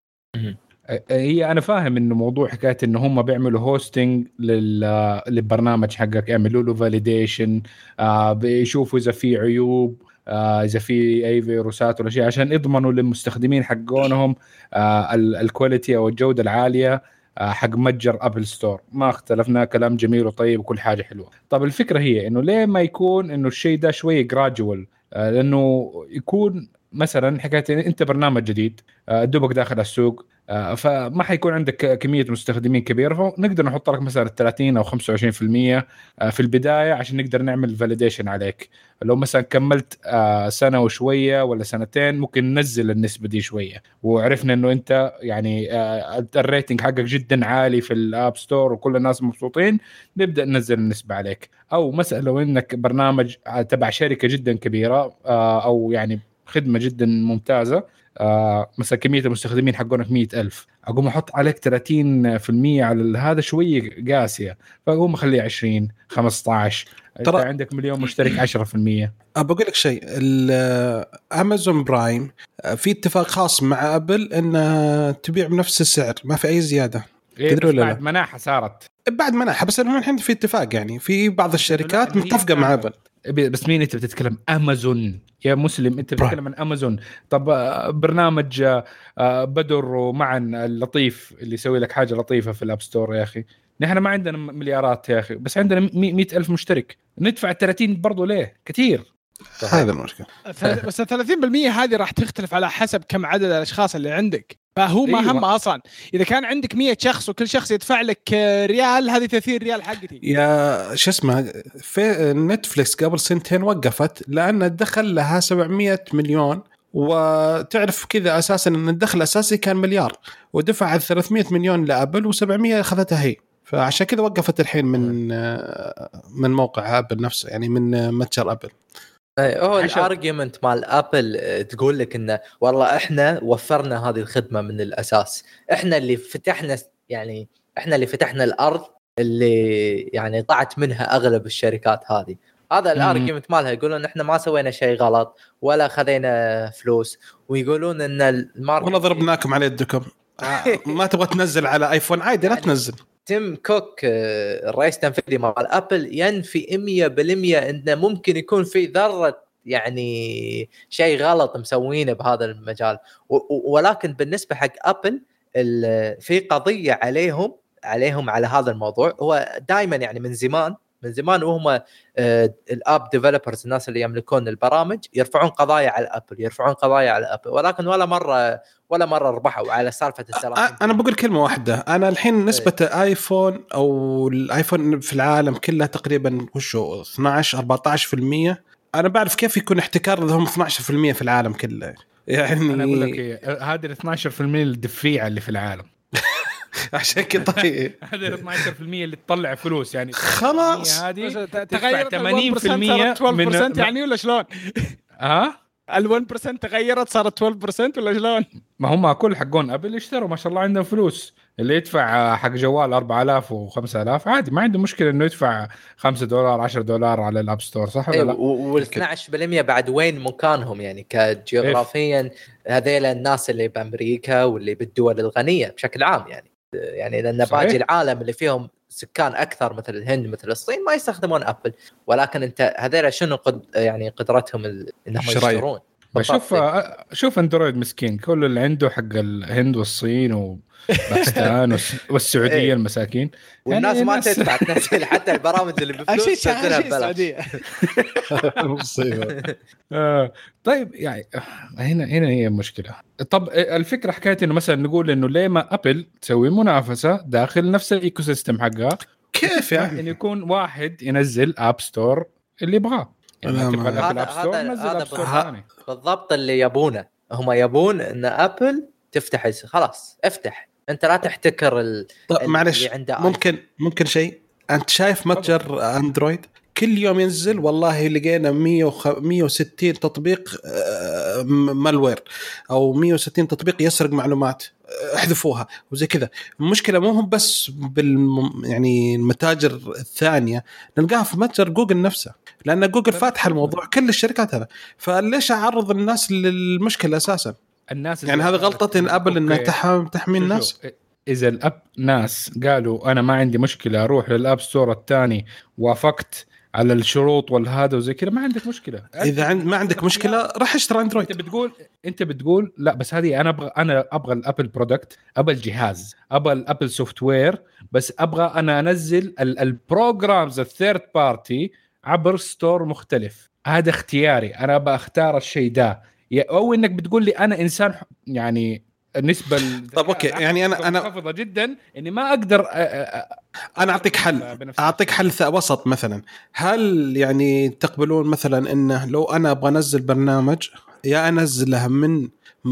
هي أنا فاهم إنه موضوع حكاية إنه هم بيعملوا هوستينج للبرنامج حقك، يعملوا له فاليديشن، بيشوفوا إذا في عيوب، إذا في أي فيروسات ولا شيء، عشان يضمنوا للمستخدمين حقونهم الكواليتي أو الجودة العالية حق متجر أبل ستور. ما اختلفنا، كلام جميل وطيب وكل حاجة حلوة. طب الفكرة هي إنه ليه ما يكون إنه الشيء ده شوي جراجوال، لأنه يكون مثلا حكاية أنت برنامج جديد دوبك داخل السوق، فما حيكون عندك كمية مستخدمين كبيرة، فنقدر نحط لك مثلا 30 أو 25% في البداية عشان نقدر نعمل فاليديشن عليك. لو مثلا كملت سنة وشوية ولا سنتين ممكن ننزل النسبة دي شوية، وعرفنا إنه أنت يعني الريتنج حقك جدا عالي في الاب ستور وكل الناس مبسوطين، نبدأ ننزل النسبة عليك. أو مثلا لو إنك برنامج تبع شركة جدا كبيرة أو يعني خدمة جدا ممتازة، مثلا كمية المستخدمين حقونك 100,000، أقوم أحط عليك 30% على هذا شوية قاسية، فأقوم أخليه 20 15. ترى عندك مليون مشترك 10%. أقول لك شيء، أمازون برايم في اتفاق خاص مع أبل إن تبيع بنفس السعر، ما في أي زيادة. بعد مناحة صارت بعد مناحة، بس إنهم الحين في اتفاق، يعني في بعض الشركات متفقة مع أبل. بس مين انت بتتكلم؟ امازون يا مسلم، انت بتتكلم عن امازون. طب برنامج بدر ومعا اللطيف اللي يسوي لك حاجه لطيفه في الاب ستور يا اخي، نحن ما عندنا مليارات يا اخي، بس عندنا 100,000 مشترك، ندفع 30 برضو ليه كتير؟ هذا المشكله. بس 30% هذه راح تختلف على حسب كم عدد الاشخاص اللي عندك، فهو ما هم اصلا. اذا كان عندك 100 شخص وكل شخص يدفع لك ريال، هذه 30 ريال حقتي. يا شو اسمه، في نتفليكس قبل سنتين وقفت لان دخل لها 700 مليون، وتعرف كذا اساسا ان الدخل الاساسي كان مليار، ودفع 300 مليون لابل و700 اخذتها هي، فعشان كذا وقفت الحين من موقع ابل نفسه، يعني من متجر ابل. هو الارجيومنت مال ابل تقول لك انه والله احنا وفرنا هذه الخدمه من الاساس، احنا اللي فتحنا الارض اللي يعني طلعت منها اغلب الشركات هذه. هذا الارجيومنت مالها، يقولون احنا ما سوينا شيء غلط ولا خذينا فلوس، ويقولون ان الماركت والله ضربناكم على يدكم. ما تبغى تنزل على ايفون عادي، لا تنزل. تيم كوك الرئيس التنفيذي مال ابل ينفي 100% انه ممكن يكون في ذره يعني شيء غلط مسوينه بهذا المجال، ولكن بالنسبه حق ابل في قضيه عليهم على هذا الموضوع. هو دائما يعني من زمان وهم الاب ديفلوبرز، الناس اللي يملكون البرامج، يرفعون قضايا على ابل، ولكن ولا مره ربحوا على سالفه السلام. انا بقول كلمه واحده، انا الحين نسبه ايفون او الايفون في العالم كله تقريبا وشو 12-14%. انا بعرف كيف يكون احتكار لهم 12% في العالم كله. يعني انا اقول لك هذه 12% الدفيعه اللي في العالم. عشان كده طيب هذا 12% اللي تطلع فلوس، يعني خلاص هذه تغير 80% 12% يعني ولا شلون؟ ال1% تغيرت صارت 12% ولا شلون؟ ما هم كل حقون ابل يشتروا ما شاء الله عندهم فلوس. اللي يدفع حق جوال 4000 و5000 عادي ما عنده مشكله انه يدفع $5 $10 على الاب ستور، صح ولا لا؟ وال12% بعد وين مكانهم يعني كجغرافيا؟ هذيل الناس اللي بامريكا واللي بالدول الغنيه بشكل عام يعني لان باقي العالم اللي فيهم سكان اكثر مثل الهند مثل الصين ما يستخدمون ابل، ولكن انت هذول شنو يعني قدرتهم انهم يشترون. شوف اندرويد مسكين كل اللي عنده حق الهند والصين وباكستان والسعوديه المساكين، والناس يعني ما تدفع تنزل حتى البرامج اللي بفلوس تنزلها ببلاش. مصيبه. طيب يعني هنا هي المشكله. طب الفكره حكايه انه مثلا نقول انه ليه ما ابل تسوي منافسه داخل نفس الايكو سيستم حقها؟ كيف يعني انه يكون واحد ينزل اب ستور اللي يبغاه. يعني هذا بالضبط اللي يبونه. هم يبون ان ابل تفتح خلاص افتح، انت لا تحتكر معلش ممكن شيء. انت شايف متجر اندرويد كل يوم ينزل والله لقينا 160 تطبيق مالوير او 160 تطبيق يسرق معلومات احذفوها وزي كذا. المشكله مو هم بس يعني المتاجر الثانيه، نلقاها في متجر جوجل نفسه، لان جوجل فاتحه الموضوع كل الشركات هذا. فليش اعرض الناس للمشكله اساسا؟ الناس يعني هذا غلطه ابل انها تحمي الناس. اذا الاب ناس قالوا انا ما عندي مشكله اروح للاب ستور الثاني وافقت على الشروط والهذا وزي كذا ما عندك مشكله. اذا ما عندك مشكله راح اشتري اندرويد. انت بتقول لا بس هذه انا ابغى الابل برودكت، ابل جهاز، ابغى الابل سوفت وير، بس ابغى انا انزل البروجرامز الثيرد بارتي عبر ستور مختلف. هذا اختياري، انا بختار الشيء ده. او انك بتقول لي انا انسان يعني النسبه طب اوكي يعني انا منخفضه جدا اني ما اقدر انا اعطيك حل وسط مثلا. هل يعني تقبلون مثلا انه لو انا ابغى انزل برنامج يا انزله من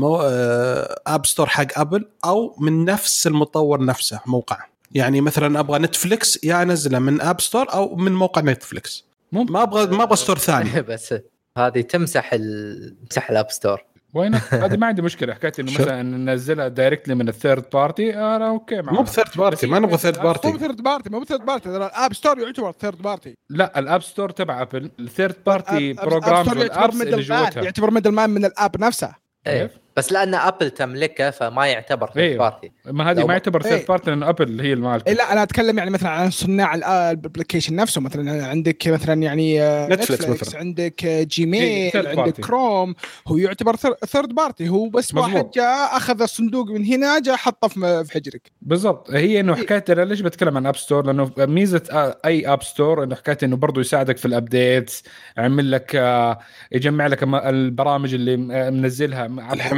اب ستور حق ابل او من نفس المطور نفسه موقع؟ يعني مثلا ابغى نتفليكس يا انزله من اب ستور او من موقع نتفليكس، ما ابغى ستور ثاني. بس هذه تمسح الاب ستور. وين هذه ما عندي مشكله. حكايه انه مثلا ننزلها دايركتلي من الثيرد بارتي انا اوكي معه. مو بثيرد بارتي، ما نبغى ثيرد بارتي. مو بثيرد بارتي الاب ستور يعتبر ثيرد بارتي. لا الاب ستور تبع ابل، الثيرد بارتي بروجرامز والابس اللي جوتها يعتبر ميدل مان من الاب نفسه. إيه. بس لأن أبل تملكه فما يعتبر ثيرد بارتي. ما هذه ما يعتبر ثيرد بارتي لأن أبل هي المالكة. لا أنا أتكلم يعني مثلا عن صناع الابلكيشن نفسه. مثلا عندك مثلا يعني نتفليكس، عندك جيميل، عندك كروم، هو يعتبر ثيرد بارتي. هو بس مزبوط. واحد جاء أخذ الصندوق من هنا جاء حطه في حجرك. بالضبط. هي إنه حكاية أنا ليش بتكلم عن أب ستور؟ لأنه ميزة أي أب ستور إنه حكاية إنه برضو يساعدك في الأبديتس، يعمل لك يجمع لك البرامج اللي منزلها،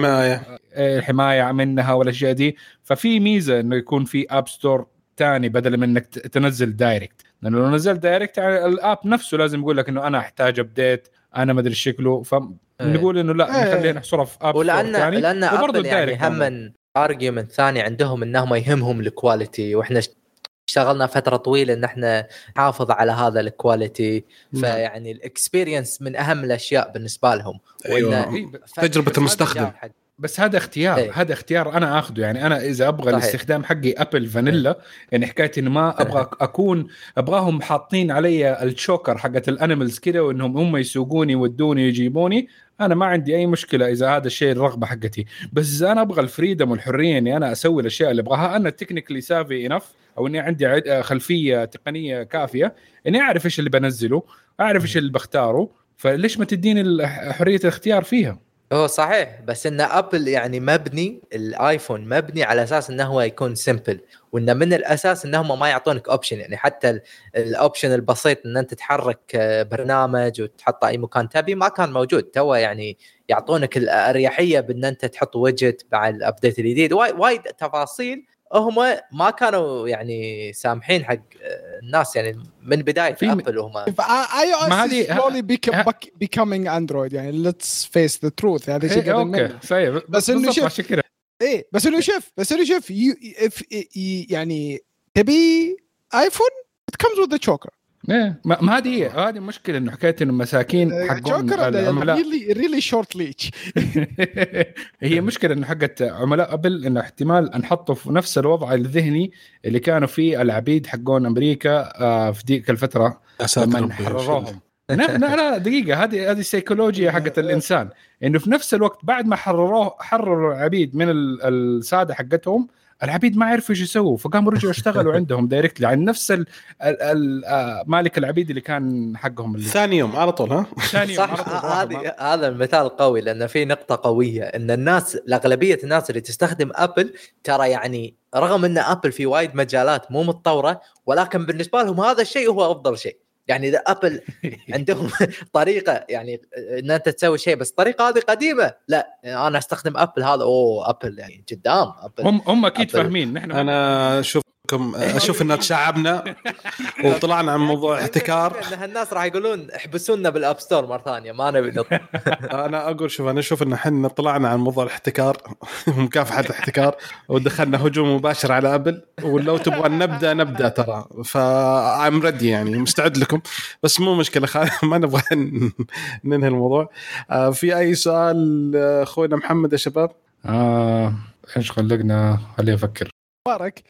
الحماية منها والأشياء دي. ففي ميزة إنه يكون في أب ستور تاني بدل من إنك تنزل دايركت، لأنه لو نزل دايركت يعني الأب نفسه لازم يقول لك إنه أنا أحتاج أبديت، أنا ما أدري شكله. فنقول إنه لا نخليه نحصرها في أب ستور تاني. لأن أبل يعني هم argument ثاني عندهم إنهم يهمهم الكواليتي، وإحنا اشتغلنا فترة طويلة إن إحنا نحافظ على هذا الكواليتي. فيعني الإكسبيرينس من أهم الأشياء بالنسبة لهم. أيوة. تجربة المستخدم. بس هذا اختيار هذا اختيار أنا أخذه. يعني أنا إذا أبغى الاستخدام حقي أبل فانيلا، يعني حكاية إنه ما أبغى أبغاهم حاطين علي الشوكر حقت الأنيمالز كده وإنهم هم يسوقوني ودوني يجيبوني، أنا ما عندي أي مشكلة إذا هذا الشيء الرغبة حقتي. بس إذا أنا أبغى الفريدم والحرية إني أنا أسوي الأشياء اللي أبغاها، أنا تكنيكلي سافي إنف أو إني عندي خلفية تقنية كافية إني أعرف إيش اللي بنزله، أعرف إيش اللي بختاره، فليش ما تديني حرية الاختيار فيها؟ هو صحيح. بس إن أبل يعني مبني الآيفون مبني على أساس إنه هو يكون سيمبل، وإنه من الأساس إنهم ما يعطونك أوبشن. يعني حتى الأوبشن البسيط إن أنت تحرك برنامج وتحطه أي مكان تبي ما كان موجود. توا يعني يعطونك الأريحية بإن أنت تحط ويدجت مع الأبديت الجديد. وايد تفاصيل هم ما كانوا يعني سامحين حق الناس يعني من بداية أبل. وهم ما هذه slowly becoming Android. يعني let's face the truth. هذا شيء أوكي صحيح. بس إنه شوف بس إنه شوف يعني تبي آيفون it comes with the choker. إيه ما هذه مشكلة إنه حكاية إنه مساكين حقون العملاء really short leash. هي مشكلة إنه حقت عملاء أبل إنه احتمال نحطه في نفس الوضع الذهني اللي كانوا فيه العبيد حقون أمريكا في ديك الفترة لما نحرروهم. لا دقيقة، هذه السيكولوجيا حقت الإنسان، إنه في نفس الوقت بعد ما حرروا العبيد من السادة حقتهم، العبيد ما عرفوا ايش يسووا، فقاموا رجعوا اشتغلوا عندهم دايركتلي عن نفس مالك العبيد اللي كان حقهم اللي ثاني يوم على طول. ها ثاني يوم هذا المثال قوي، لأن في نقطة قوية إن الناس، الأغلبية الناس اللي تستخدم أبل ترى يعني رغم إن أبل في وايد مجالات مو متطورة، ولكن بالنسبة لهم هذا الشيء هو أفضل شيء. يعني إذا أبل عندهم طريقة يعني إن أنت تسوي شيء بس الطريقة هذه قديمة، لا أنا أستخدم أبل، هذا أبل يعني قدام أبل. هم أكيد فاهمين. نحن أنا أشوف إن تشعبنا وطلعنا عن موضوع احتكار. إن الناس راح يقولون احبسونا بالأب ستور مرة ثانية، ما نبي أنا أقول أنا أشوف إن إحنا طلعنا عن موضوع الاحتكار ومكافحة الاحتكار ودخلنا هجوم مباشر على أبل، ولو تبغى نبدأ ترى فأم ردي يعني مستعد لكم، بس مو مشكلة ما نبغى ننهي الموضوع. في أي سؤال أخونا محمد يا شباب؟ إيش خلقنا خليه أفكر. بارك.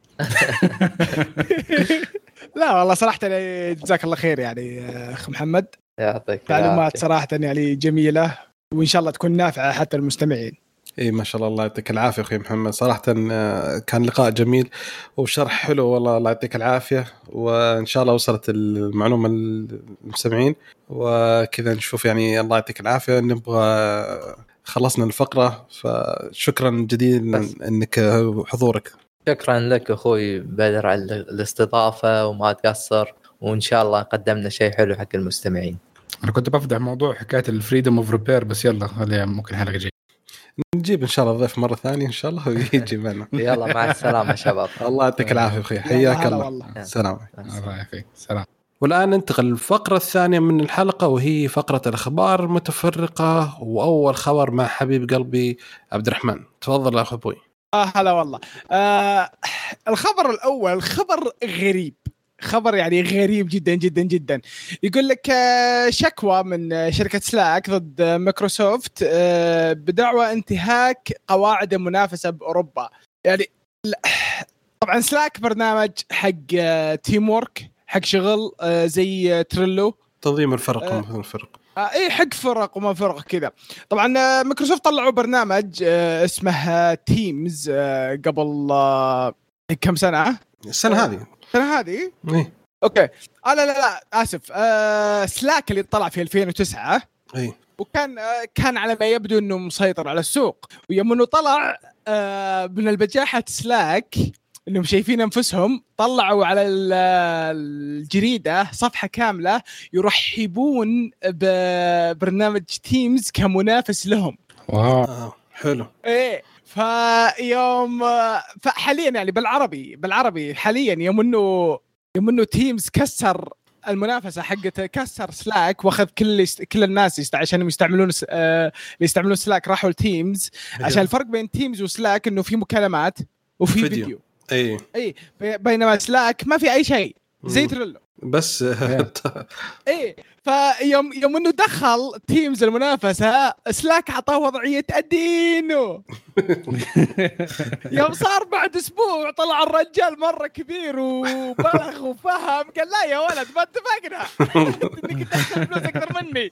لا والله صراحة جزاك الله خير يعني أخ محمد، يعطيك معلومات صراحة يعني جميلة، وإن شاء الله تكون نافعة حتى المستمعين. إيه ما شاء الله يعطيك العافية أخي محمد، صراحة كان لقاء جميل وشرح حلو والله، الله يعطيك العافية، وإن شاء الله وصلت المعلومة للمستمعين وكذا نشوف يعني. الله يعطيك العافية، نبغى خلصنا الفقرة، فشكرا جديد إنك حضورك. شكرا لك أخوي بدر على الاستضافة وما تقصر، وإن شاء الله قدمنا شيء حلو حق المستمعين. أنا كنت بفتح موضوع حكاية الفريدم اوف ريبير، بس يلا خليها ممكن حلقة جاي نجيب إن شاء الله ضيف مرة ثانية إن شاء الله ويجي معنا. يلا مع السلامة شباب. الله يعطيك العافية أخي، حياك الله. سلام. الله يعافيك. سلام. والآن ننتقل للفقرة الثانية من الحلقة، وهي فقرة الأخبار المتفرقة، وأول خبر مع حبيب قلبي عبد الرحمن. تفضل يا أخو أبوي. هلا والله. الخبر الأول خبر غريب، خبر يعني غريب جدا جدا جدا. يقول لك شكوى من شركة سلاك ضد مايكروسوفت بدعوى انتهاك قواعد المنافسة بأوروبا. يعني طبعا سلاك برنامج حق تيم وورك، حق شغل زي تريلو، تنظيم الفرق ومثل الفرق. اي حق فرق وما فرق كذا. طبعا مايكروسوفت طلعوا برنامج اسمه تيمز قبل كم سنة؟ السنة هذه إيه؟ اوكي. لا اسف، سلاك اللي طلع في 2009 اي، وكان على ما يبدو انه مسيطر على السوق، ويوم انه طلع من البجاحة سلاك انهم شايفين انفسهم، طلعوا على الجريدة صفحة كاملة يرحبون ببرنامج تيمز كمنافس لهم. واو حلو. ايه فيوم فحاليا يعني بالعربي حاليا يوم انه تيمز كسر المنافسه حقته، كسر سلاك واخذ كل الناس عشان يستعملون سلاك راحوا لتيمز، عشان الفرق بين تيمز وسلاك انه في مكالمات وفي فيديو. اي بينما سلاك ما في اي شيء زي تريلو بس. ايه فيوم انه دخل تيمز المنافسه سلاك عطاه وضعيه الدينو. يوم صار بعد اسبوع طلع الرجال مره كبير وبلغ وفهم، قال لا يا ولد ما اتفقنا انك تدخل فلوس اكثر مني.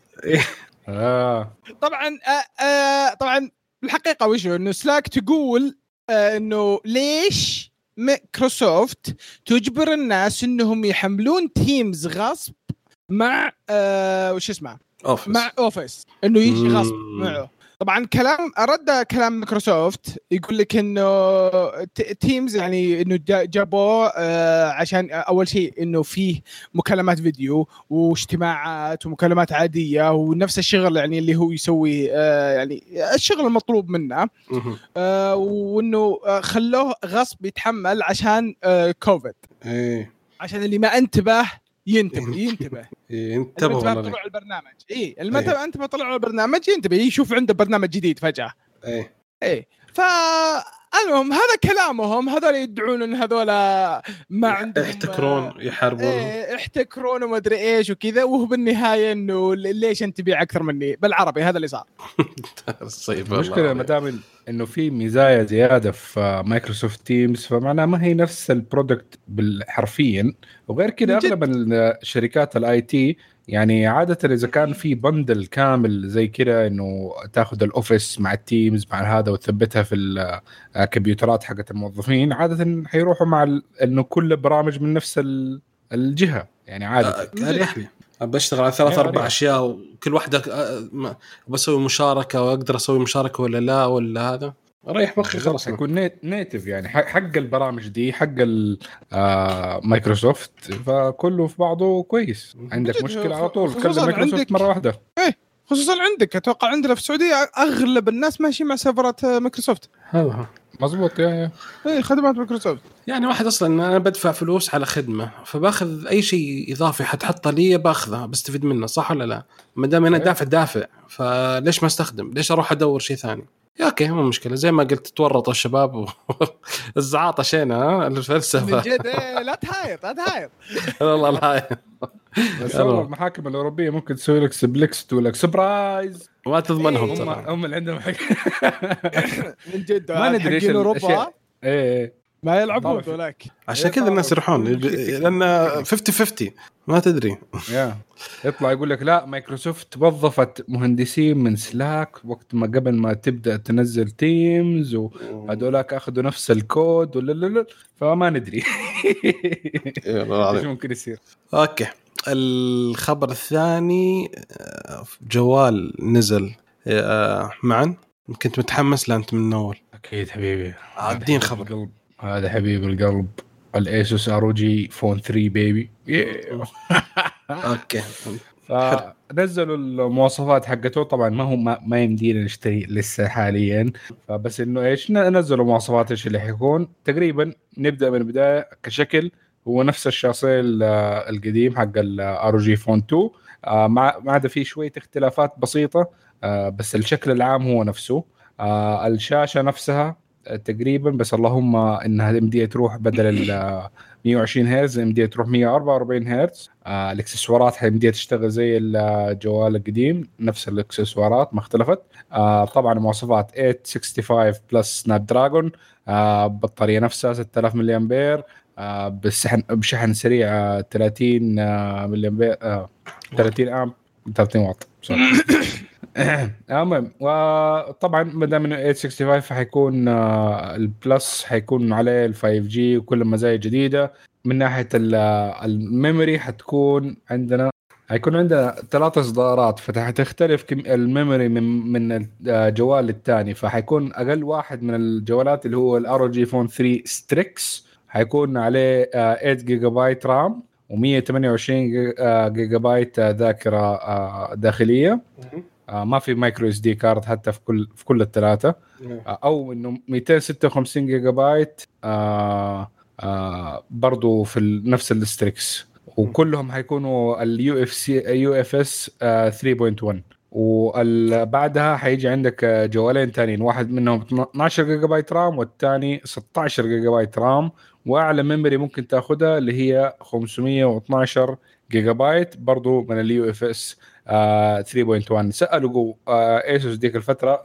طبعا الحقيقه وش انه سلاك تقول انه ليش مايكروسوفت تجبر الناس انهم يحملون تيمز غصب مع وش اسمه مع اوفيس، انه يجي غصب معه. طبعا رد كلام مايكروسوفت يقول لك انه تيمز يعني انه جابوه عشان اول شيء انه فيه مكالمات فيديو واجتماعات ومكالمات عاديه ونفس الشغل يعني اللي هو يسوي يعني الشغل المطلوب منه، وانه خلوه غصب يتحمل عشان كوفيد، عشان اللي ما انتبه ينتبه طلع البرنامج. انت طلعوا البرنامج ينتبه، يشوف عنده برنامج جديد فجأة. ايه فانا المهم هذا كلامهم، هذول يدعون ان هذول ما عندهم يحتكرون يحاربون يحتكرون وما ادري ايش وكذا، وهو بالنهايه انه ليش انت تبيع اكثر مني بالعربي. هذا اللي صار. المشكله ما دام انه في مزايا زياده في مايكروسوفت تيمز، فمعناه ما هي نفس البرودكت بالحرفيا. وغير كده اغلب الشركات الاي تي يعني عاده اذا كان في بندل كامل زي كده انه تاخذ الاوفيس مع التيمز مع هذا وتثبتها في الكمبيوترات حقت الموظفين، عاده حيروحوا مع انه كل برامج من نفس الجهه يعني عاده. اريحني بشتغل على 3-4 اشياء وكل واحده بسوي مشاركه واقدر اسوي مشاركه ولا لا ولا هذا ريح مخي خلاص. يكون نيتف يعني حق البرامج دي حق مايكروسوفت، فكله في بعضه كويس. عندك مشكله على طول تكلم مايكروسوفت مره واحده. خصوصا عندك اتوقع عندنا في السعوديه اغلب الناس ماشي مع سيرفرات مايكروسوفت. مظبوط يا خدمات مايكروسوفت. يعني واحد اصلا انا بدفع فلوس على خدمه، فباخذ اي شيء اضافي حتحطه لي باخذه بستفيد منه، صح ولا لا؟ ما دام انا دافع فليش ما استخدم؟ ليش اروح ادور شيء ثاني؟ اوكي مو مشكله. زي ما قلت تورطوا الشباب الزعاطه شينا الفلسفه من جد. لا تهايط والله لا. بس المحاكم الاوروبيه ممكن تسوي لك سبلكس تقول لك سبرايز ما تضمنهم صراحه. هم اللي عندهم حق من جد. ما ندري ايش اوروبا ما يلعبون ذولاك عشان كذا الناس يروحون لان 50-50 ما تدري. يطلع يقول لك لا مايكروسوفت وظفت مهندسين من سلاك وقت ما قبل ما تبدا تنزل تيمز وهذولاك اخذوا نفس الكود ولا لا، فما ندري ايش ممكن يصير. اوكي الخبر الثاني جوال نزل معا. كنت متحمس لانت من اول. اكيد حبيبي عادين خبر. هذا حبيب القلب الاسوس اروجي فون 3 بيبي. اوكي فنزلوا المواصفات حقته. طبعا ما يمدينا نشتري لسه حاليا، فبس انه ايش نزلوا مواصفات ايش اللي حيكون تقريبا. نبدا من البدايه كشكل هو نفس الشاصي القديم حق الاروجي فون 2 ما عدا فيه شويه اختلافات بسيطه، بس الشكل العام هو نفسه. الشاشه نفسها تقريبا، بس اللهم انها يمديها تروح بدل 120 هرتز يمديها تروح 144 هرتز. الاكسسوارات حيمديها تشتغل زي الجوال القديم، نفس الاكسسوارات ما اختلفت. طبعا مواصفات 865 بلس سناب دراجون، بطاريه نفسها 6000 ملي امبير، بشحن سريع 30 ملي امبير 30 امب 30 واط. المهم وطبعا ما دام انه 865 فحيكون البلس حيكون عليه ال 5G وكل مزايا جديده. من ناحيه الميموري حتكون عندنا هيكون عندنا 3 اصدارات، فحتختلف الميموري من الجوال للثاني. فحيكون اقل واحد من الجوالات اللي هو الROG فون 3 ستريكس حيكون عليه 8 جيجا بايت رام و128 جيجا بايت ذاكره داخليه. ما في مايكرو اس دي كارد حتى في كل الثلاثه، او انه 256 جيجا بايت برضو في نفس الستريكس. وكلهم حيكونوا اليو اف اس 3.1. وبعدها حيجي عندك جوالين تانيين، واحد منهم 12 جيجا بايت رام والثاني 16 جيجا بايت رام. واعلى ميموري ممكن تاخذها اللي هي 512 جيجا بايت برضو من اليو اف اس 3.1. سألوا ايسوس ديك الفترة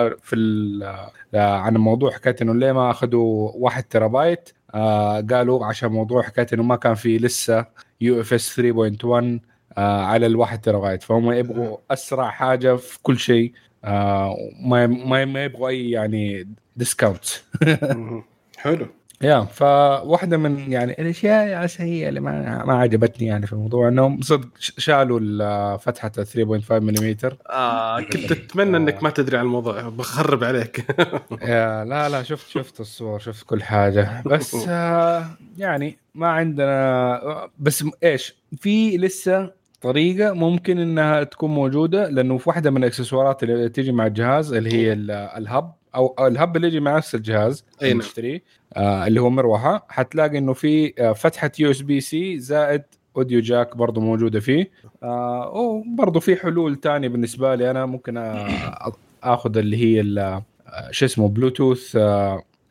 عن الموضوع حكاية انه ليه ما اخذوا 1 تيرا بايت. قالوا عشان موضوع حكاية انه ما كان في لسه يو اف اس 3.1 على ال1 تيرا بايت، فهم يبغوا اسرع حاجة في كل شيء. ما يبغوا اي يعني ديسكاونت. حلو. فواحدة من يعني الاشياء السيئة اللي ما عجبتني يعني في الموضوع انهم صدق شالوا فتحة 3.5 ملم. كنت اتمنى انك ما تدري عن الموضوع، بخرب عليك. لا شفت الصور، شفت كل حاجة، بس يعني ما عندنا. بس ايش في لسه طريقة ممكن انها تكون موجودة، لانه في واحدة من الاكسسوارات اللي تيجي مع الجهاز اللي هي الهب او الهب اللي يجي مع نفس الجهاز نشتري اللي هو مروحة، حتلاقي انه في فتحة USB-C زائد اوديو جاك برضو موجودة فيه. وبرضو في حلول تانية بالنسبة لي انا ممكن اخذ اللي هي شو اسمه بلوتوث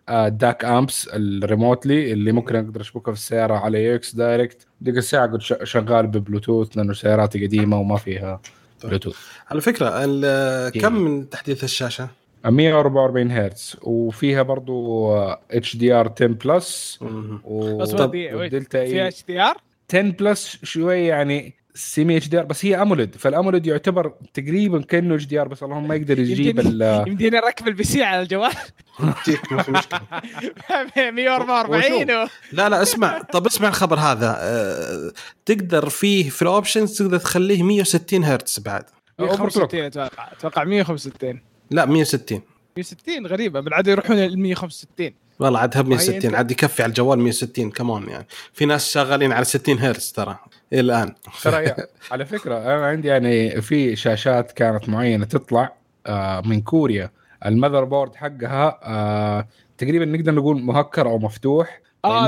داك امبس الريموتلي اللي ممكن اقدر اشبكها في السياره على اكس دايركت. ديك الساعه قد شغال ببلوتوث لانه سياراتي قديمه وما فيها بلوتوث. على فكره كم من تحديث الشاشه؟ 144 هرتز وفيها برضو اتش دي ار 10 بلس والدلتا في اتش دي ار 10 بلس شوي يعني سيمي اتش دي ار بس هي اموليد. فالاموليد يعتبر تقريبا كانه اتش دي ار بس اللهم ما يقدر يجيب يمديني اركب البي سي على الجوال. ما في مشكله 144 لا اسمع. طب اسمع الخبر هذا تقدر فيه في الاوبشنز تقدر تخليه 160 هرتز بعد. 165 اتوقع 165 لا 160 غريبه بالعاده يروحون ل 165 والله عادها 160 عاد يكفي على الجوال 160 كمان يعني. في ناس شغالين على 60 هرتز ترى الان. ترى على فكره انا عندي يعني في شاشات كانت معينه تطلع من كوريا المذر بورد حقها تقريبا نقدر نقول مهكر او مفتوح.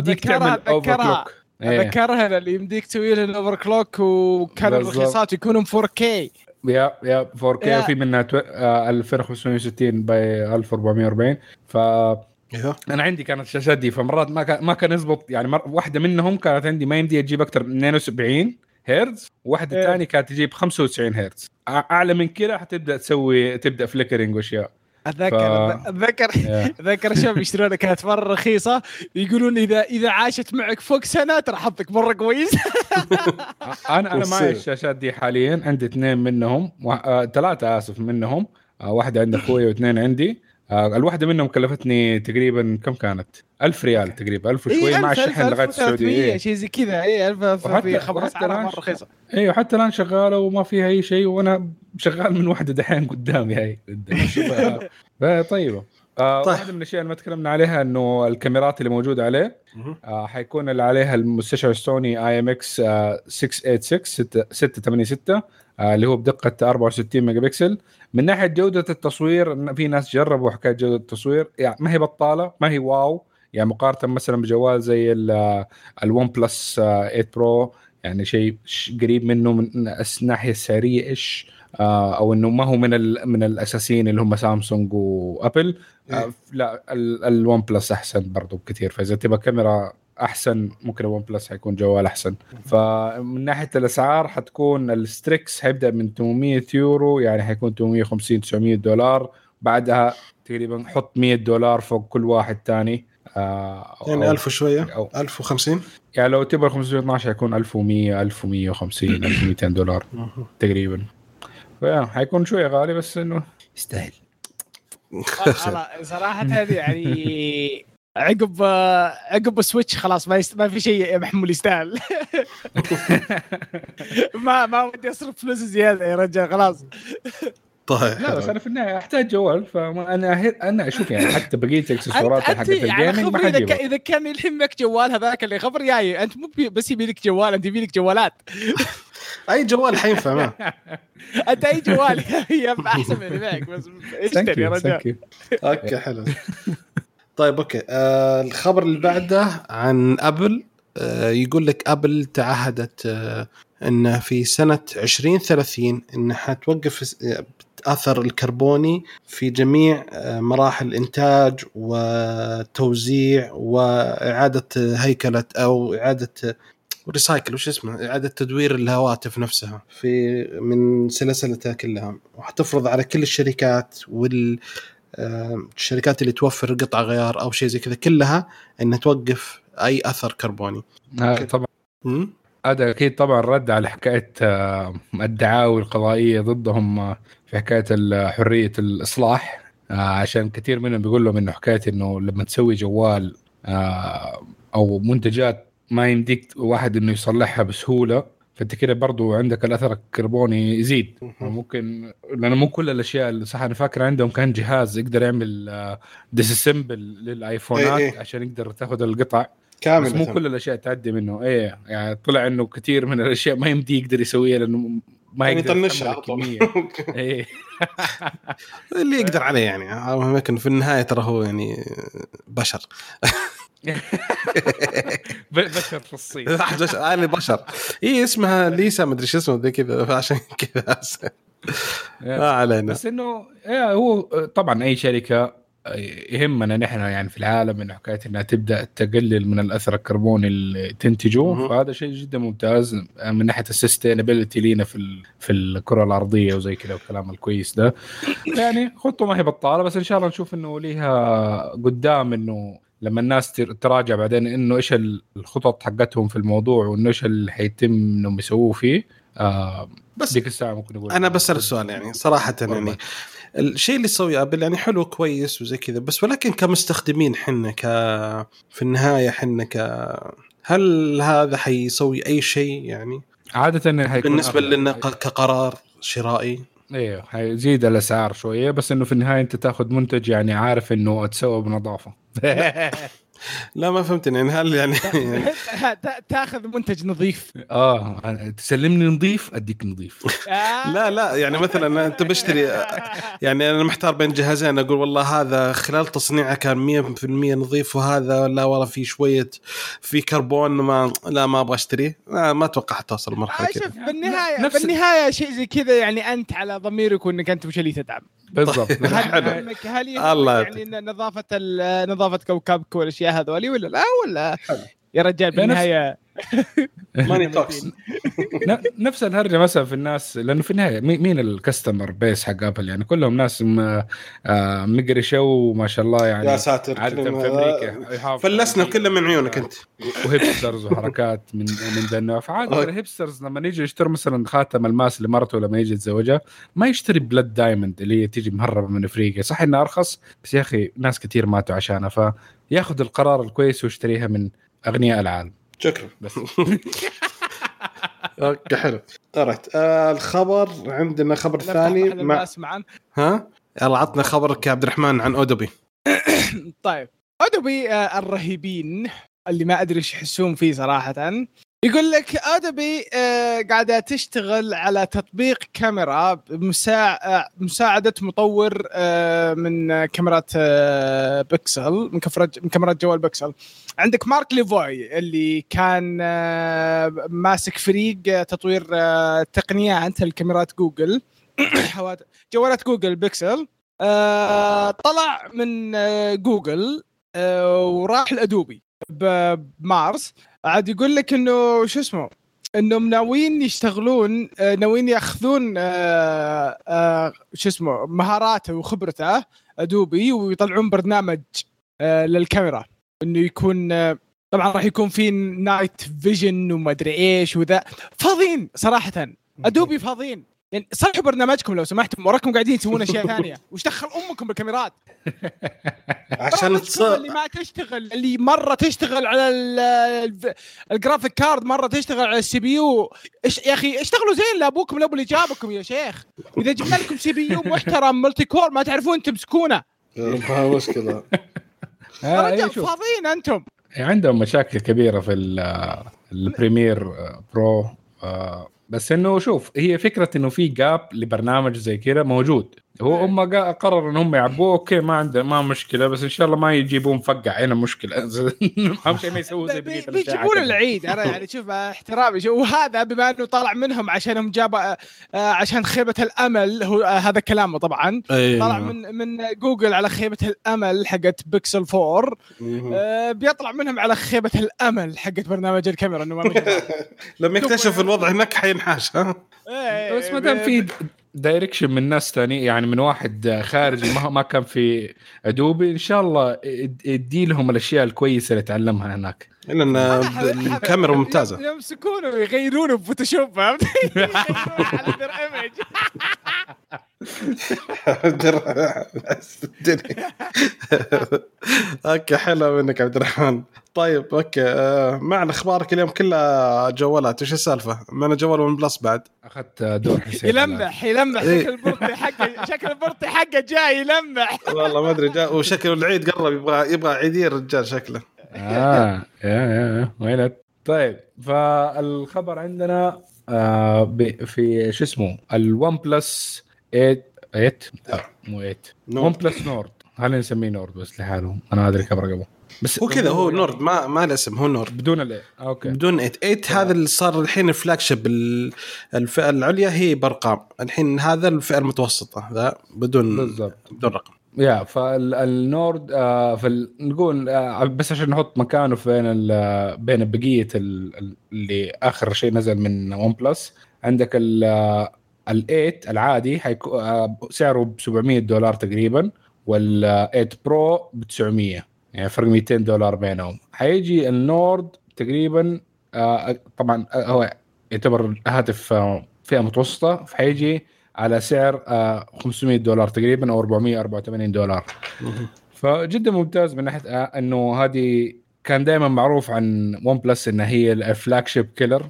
ذكرها اللي يمديك تسوي له اوفر كلوك وكان الرخيصات يكونوا 4K يا 4K وفي منها 2560 باي 1440. ف انا عندي كانت الشاشات دي فمرات ما كان يزبط يعني. واحده منهم كانت عندي ما يمدي اجيب اكثر من 72 هرتز وواحده ثانيه كانت تجيب 95 هرتز. اعلى من كده حتبدا تبدا فليكرينج واشياء. اتذكر شباب يشترونها كانت مره رخيصه يقولون اذا عاشت معك فوق سنه ترى حظك مره كويس. انا معي الشاشات دي حاليا عندي 2 منهم 3 اسف منهم. واحده عند اخوي واثنين عندي. الواحده منهم كلفتني تقريبا كم كانت 1000 ريال تقريبا 1000 وشوي مع الشحن لغايه السعوديه شيء زي كذا. 1000 في خبر مره رخيصه. ايوه حتى الان شغاله وما فيها اي شيء وانا شغال من واحده دحين قدامي هاي طيبه. واحده من الاشياء اللي ما تكلمنا عليها انه الكاميرات اللي موجوده عليه حيكون اللي عليها المستشعر سوني IMX 686 اللي هو بدقه 64 ميجا بكسل. من ناحيه جوده التصوير في ناس جربوا حكايه جوده التصوير يعني ما هي بطاله ما هي واو يعني مقارنه مثلا بجوال زي الون بلس 8 برو يعني شيء قريب منه من الناحيه السعريه ايش او انه ما هو من الاساسيين اللي هم سامسونج وابل. لا الون بلس احسن برضو بكثير. فاذا تبغى كاميرا احسن ممكن الون بلس حيكون جوال احسن. فمن ناحيه الاسعار حتكون الستريكس هيبدا من 800 يورو يعني حيكون 850 900 دولار. بعدها تقريبا حط $100 فوق كل واحد تاني يعني 1000 وشويه أو 1050 يعني لو تبغى 512 حيكون 1100 1150 1200 دولار تقريبا. حيكون شويه غالي بس انه يستاهل صراحه هذه يعني عقب سويتش خلاص ما في شيء محمول يستاهل. ما ودي اصرف فلوس زياده يا رجال خلاص. طيب لا بس انا في النهايه احتاج جوال فانا اشوف يعني حتى بقيه الاكسسوارات حقت الجيمنج ما حجيبها. اذا كان يهمك جوال هذاك اللي خبر جاي انت مو بس يبي لك جوال انت يبي لك جوالات. اي جوال حينفع ما انت اي جوال هي احسن من اللي معك بس اشتري يا رجال. اوكي حلو. طيب اوكي الخبر اللي بعده عن ابل. يقول لك ابل تعهدت ان في سنه 2030 انها حتوقف اثر الكربوني في جميع مراحل الانتاج وتوزيع واعاده هيكله او اعاده ريسايكل وش اسمه اعاده تدوير الهواتف نفسها في من سلسلتها كلها. وحتفرض على كل الشركات الشركات اللي توفر قطع غيار او شيء زي كذا كلها ان توقف اي اثر كربوني. طبعا هذا اكيد طبعا رد على حكايه الدعاوى القضائيه ضدهم في حكايه حريه الاصلاح. عشان كثير منهم بيقول لهم انه حكايه انه لما تسوي جوال او منتجات ما يمديك واحد انه يصلحها بسهوله فانت كده برضو عندك الاثر الكربوني يزيد. ممكن لانه مو كل الاشياء اللي صح انا فاكر عندهم كان جهاز يقدر يعمل ديساسمبل للايفونات عشان يقدر تاخذ القطع كامل بس مو كل الاشياء تعدي منه. يعني طلع انه كثير من الاشياء ما يمدي يقدر يسويها لانه ما يقدر يطنشها الكميه. اللي يقدر عليه يعني لكن في النهايه ترى هو يعني بشر. بشر في الصين عالي بشر. اسمها ليسا مدري شو اسمه ذي كذا فعشان كذا علينا. بس انه هو طبعا اي شركه يهمنا نحن يعني في العالم انه حكايه انها تبدا تقلل من الاثر الكربوني اللي تنتجه، فهذا شيء جدا ممتاز من ناحيه السستينابيلتي لينا في الكره الارضيه وزي كذا والكلام الكويس ده. يعني خطوه ما هي بطاله، بس ان شاء الله نشوف انه ليها قدام، انه لما الناس تراجع بعدين انه ايش الخطط حقتهم في الموضوع وانه ايش اللي حيتم انهم يسووه فيه. بس ديك الساعه ممكن نقول انا بسأل السؤال يعني صراحه يعني الشيء اللي يسوي ابل يعني حلو كويس وزي كذا، بس ولكن كمستخدمين حنا في النهايه حنا هل هذا حيسوي اي شيء يعني عاده حيكون بالنسبه لنا كقرار شرائي؟ ايوه حيزيد الاسعار شويه، بس انه في النهايه انت تاخذ منتج يعني عارف انه اتسوى بنظافه. لا ما فهمتني يعني هل يعني تاخذ منتج نظيف تسلمني نظيف اديك نظيف. لا يعني مثلا انت بشتري يعني انا محتار بين جهازين، اقول والله هذا خلال تصنيعه كان 100% نظيف وهذا لا والله في شويه في كربون، ما ابغى اشتري. ما اتوقع حتوصل مرحله كذا. شوف بالنهايه شيء زي كذا يعني انت على ضميرك وانك انت وش اللي تدعم بالضبط. هل يعني نظافه كوكبك والاشياء هذولي ولا يا رجال بالنهايه ماني توكس. نفس الهرجه مثلا في الناس، لانه في النهايه مين الكاستمر بيس حق ابل يعني كلهم ناس مقرشه وما شاء الله يعني. يا ساتر عاده في امريكا فلسنا كله من عيونك انت. وهيبسترز وحركات من ذا النوع. فعاده الهيبسترز لما يجي يشتري مثلا خاتم الماس لمرته لما يجي يتزوجها ما يشتري بلاد دايموند اللي هي تيجي مهربه من افريقيا. صح انها ارخص بس يا اخي ناس كتير ماتوا عشانها، فياخذ القرار الكويس ويشتريها من اغنياء العالم. شكرا بس. اوكي حلو. قرأت الخبر. عندنا خبر ثاني ها يلا عطنا خبرك يا عبد الرحمن عن أودوبي. طيب أودوبي الرهيبين اللي ما أدري إيش يحسون فيه صراحة. يقول لك أودوبي قاعدة تشتغل على تطبيق كاميرا مساعدة مطور من كاميرات بيكسل، من كاميرات جوال بيكسل. عندك مارك ليفوي اللي كان ماسك فريق تطوير تقنيات الكاميرات جوجل جوالات جوجل بيكسل، طلع من جوجل وراح الأدوبي بمارس. عاد يقول لك انه شو اسمه انهم ناويين يشتغلون، ناويين ياخذون شو اسمه مهاراته وخبرته ادوبي ويطلعون برنامج للكاميرا انه يكون طبعا راح يكون في نايت فيجن وما ادري ايش وذا. فاضيين صراحه ادوبي فاضيين يعني. صلحوا برنامجكم لو سمحتم، وراكم قاعدين تسوون اشياء ثانيه. وش دخل امكم بالكاميرات عشان اللي ما تشتغل، اللي مره تشتغل على الجرافيك كارد، مره تشتغل على السي بي يو. يا اخي اشتغلوا زين لابوكم لابو اللي جابكم يا شيخ. اذا جبنا لكم سي بي يو محترم ملتي كور ما تعرفون تمسكونه، ما مشكله. فاضيين انتم. عندهم مشاكل كبيره في البريمير برو. بس انه شوف هي فكره انه في جاب لبرنامج زي كده موجود. هو هم قرر ان هم يعبوه اوكي ما مشكله، بس ان شاء الله ما يجيبون فقع هنا مشكله. اهم شيء ما يسووا زي بقيه الاشياء بيجيبون العيد. انا يعني شوف احترامي، وهذا بما انه طلع منهم عشانهم جاب عشان خيبه الامل. هو هذا كلامه طبعا. طلع من جوجل على خيبه الامل حقت بيكسل 4. بيطلع منهم على خيبه الامل حقت برنامج الكاميرا انه ما لما يكتشف الوضع هناك حينحاش. بس ما دام في دايركشن من ناس تاني يعني من واحد خارجي ما كان في أدوبي، إن شاء الله يدي لهم الأشياء الكويسة اللي تعلمها هناك. لأن الكاميرا ممتازة. يمسكونه ويغيرونه بفوتوشوب. فهمت؟ على در إيمج. اوكي حلو منك عبد الرحمن. طيب اوكي معنا اخبارك اليوم كلها جوالات. ايش السالفه؟ معنا جوال ون بلس بعد. اخذت دور حسين يلمح شكل البرطي حقه جاي يلمح. والله ما ادري جاء وشكله العيد قرب يبغى عيدير الرجال شكله. يا وينت. طيب فالخبر عندنا في شو اسمه الون بلس 8 مو 8 ون بلس نورد. هل نسميه نورد بس لحاله؟ انا ادري كم رقمه بس هو كذا. هو نورد ما له اسم. هو نورد بدون ال اوكي بدون 8 هذا اللي صار الحين الفلاج شيب. الفئه العليا هي بارقام الحين، هذا الفئه المتوسطه ذا بدون رقم. يا فالنورد نقول بس عشان نحط مكانه بين بقيه اللي اخر شيء نزل من ون بلس. عندك ال8 العادي حيكون سعره ب $700 تقريبا، وال8 برو ب 900، يعني فرق $200 بينهم. حيجي النورد تقريبا طبعا هو يعتبر هاتف فئه متوسطه، فحيجي على سعر $500 تقريبا او $484. فجدا ممتاز من ناحيه انه هذه كان دائما معروف عن ون بلس انها هي الفلاج شيب كيلر،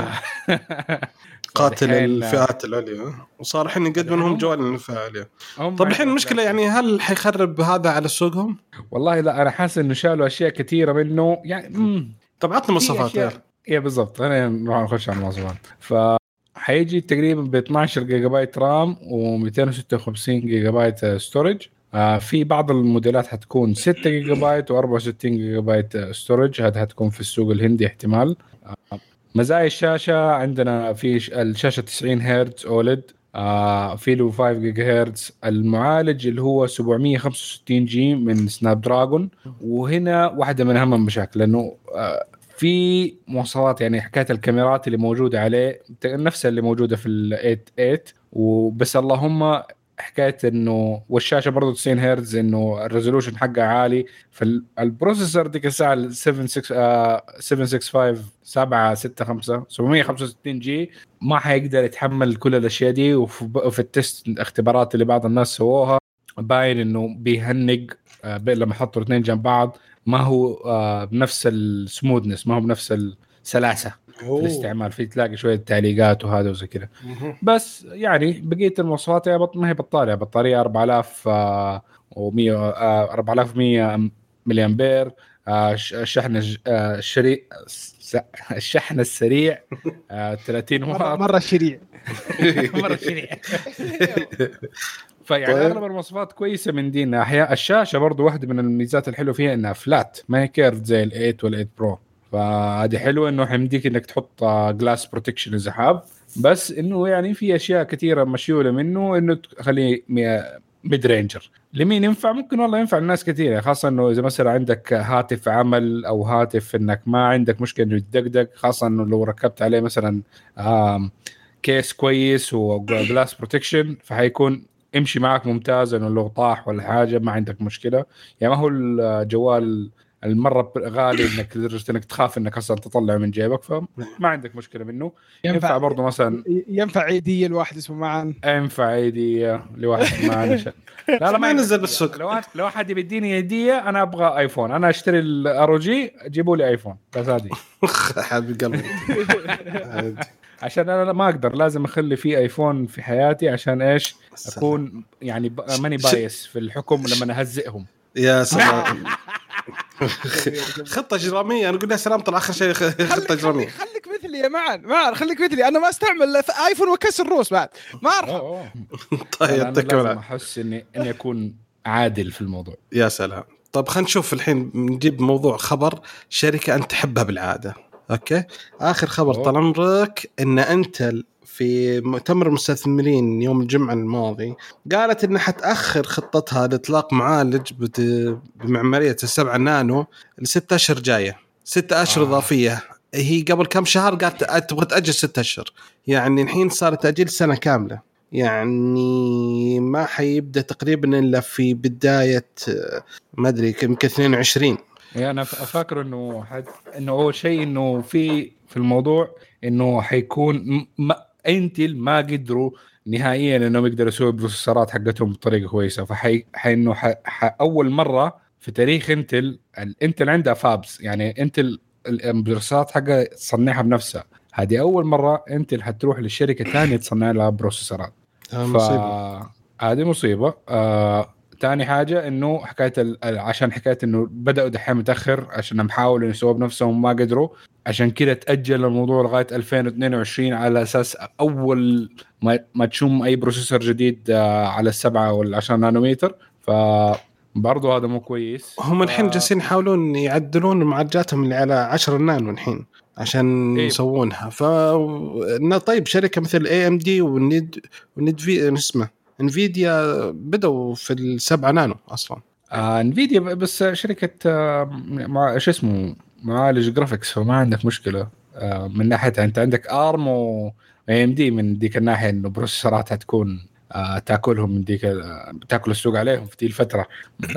قاتل الفئات العليا، وصار الحين يقدمون لهم جوال الفئة العليا. طب الحين المشكله يعني هل حيخرب هذا على سوقهم؟ والله لا، انا حاسس انه شالوا اشياء كثيره منه يعني. طب عطنا مواصفات. يا بالضبط، انا راح نخش على المواصفات. حيجي تقريبا ب 12 جيجا بايت رام و256 جيجا بايت ستورج. في بعض الموديلات حتكون 6 جيجا بايت و64 جيجا بايت ستورج، هذا حتكون في السوق الهندي احتمال. مزايا الشاشة عندنا في الشاشة 90 هرتز أوليد، في له 5 جيجا هرتز. المعالج اللي هو 765 جي من سناب دراجون. وهنا واحدة من أهم المشاكل لأنه في مواصفات، يعني حكاية الكاميرات اللي موجودة عليه نفسها اللي موجودة في ال8 وبس، اللهم حكاية انه والشاشة برضو 90 هرتز انه الريزولوشن حقها عالي. فالبروسيسور ديك الساعة 765 765 جي ما حيقدر يتحمل كل الاشياء دي. وفي التست الاختبارات اللي بعض الناس سووها باين انه بيهنج لما حطوا الاثنين جنب بعض، ما هو بنفس السموذنس، ما هو بنفس السلاسة في الاستعمال. في تلاقي شوية تعليقات وهذا وزي كده. بس يعني بقية المواصفات ما هي بطارية. بطارية 4100 ملي أمبير. الشحن السريع 30 واط. مرة سريع. مرة سريع. فيعني اغلب المواصفات كويسه من دي الناحيه. الشاشه برضو واحده من الميزات الحلوه فيها انها فلات، ما هي كيرف زي ال8 وال8 برو. فهذه حلوه انه حيمديك انك تحط جلاس بروتكشن اذا حاب. بس انه يعني في اشياء كثيره مشيوله منه انه تخليه ميد رينجر. لمين ينفع؟ ممكن والله ينفع الناس كثيره، خاصه انه اذا مثلا عندك هاتف عمل او هاتف انك ما عندك مشكله انه يدقدق، خاصه انه لو ركبت عليه مثلا كيس كويس وجلاس بروتكشن فحيكون امشي معك ممتاز. انه لو طاح ولا حاجه ما عندك مشكله. يعني ما هو الجوال المره غالي انك لدرجه انك تخاف انك اصلا تطلعه من جيبك، فما عندك مشكله منه. ينفع برضه مثلا ينفع عيديه لواحد اسمه معن، ينفع عيديه لواحد معن. لا ما نزل بالسوق. لو احد بيديني هديه انا ابغى ايفون، انا اشتري الار.جي جيبوا لي ايفون بس. هذه حبيب قلبي. عشان انا ما اقدر، لازم اخلي فيه ايفون في حياتي عشان ايش اكون يعني ماني بايس في الحكم لما اهزئهم. يا سلام. خطه اجراميه. انا اقول يا سلام طلع اخر شيء خطه اجراميه. خليك مثلي يا معن خليك مثلي. انا ما استعمل ايفون وكسر روس بعد ما اعرف. طيب لازم احس اني اكون عادل في الموضوع. يا سلام. طب خلينا نشوف الحين نجيب موضوع خبر شركه انت تحبها بالعاده. اوكي، اخر خبر طال عمرك ان انتل في مؤتمر المستثمرين يوم الجمعة الماضي قالت إنها حتأخر خطتها لإطلاق معالج بمعمارية 7 نانو ل6 أشهر جاية. 6 أشهر إضافية. هي قبل كم شهر قالت تبغى تأجل 6 أشهر، يعني الحين صار تأجيل سنة كاملة. يعني ما حيبدأ تقريبا إلا في بداية ما أدري يمكن 22. يعني أنا فاكر إنه أول شيء إنه في الموضوع إنه حيكون انتل ما قدروا نهائيا انهم يقدروا يسووا البروسيسورات حقتهم بطريقه كويسه. انه اول مره في تاريخ انتل عندها فابس، يعني انتل البروسيسورات حقها تصنعها بنفسها. هذه اول مره انتل حتروح للشركه ثانيه تصنع لها بروسيسورات. هذه مصيبه. تاني حاجة إنه عشان حكاية إنه بدأوا دحين متأخر عشان محاولوا يسووا بنفسهم ما قدروا، عشان كده تأجل الموضوع لغاية 2022 على أساس أول ما تشوم أي بروسيسور جديد على 7 وال10 نانومتر. فبرضو هذا مو كويس. هم الحين جالسين يحاولون يعدلون معالجاتهم اللي على 10 نانو الحين عشان يسوونها. طيب شركة مثل AMD والنيد في اسمه انفيديا بدأوا في السبعة نانو اصلا. انفيديا بس شركه مع شو اسمه معالج جرافيكس، فما عندك مشكله من ناحيتها. انت عندك ارم و ام دي من ديك الناحيه، انه بروسيسوراتها تكون تاكلهم من ديك تاكل السوق عليهم في دي الفتره.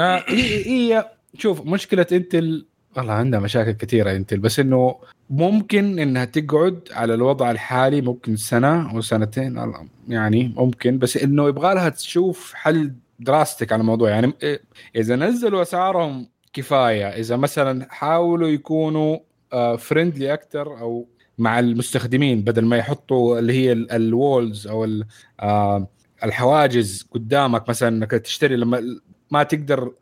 هي شوف مشكله انتل والله عندها مشاكل كثيره انتل، بس انه ممكن انها تقعد على الوضع الحالي ممكن سنه او سنتين يعني ممكن، بس انه يبغى لها تشوف حل دراستيك على الموضوع. يعني اذا نزلوا اسعارهم كفايه، اذا مثلا حاولوا يكونوا فريندلي اكتر او مع المستخدمين، بدل ما يحطوا اللي هي الوولز او الحواجز قدامك، مثلا انك تشتري لما ما تقدر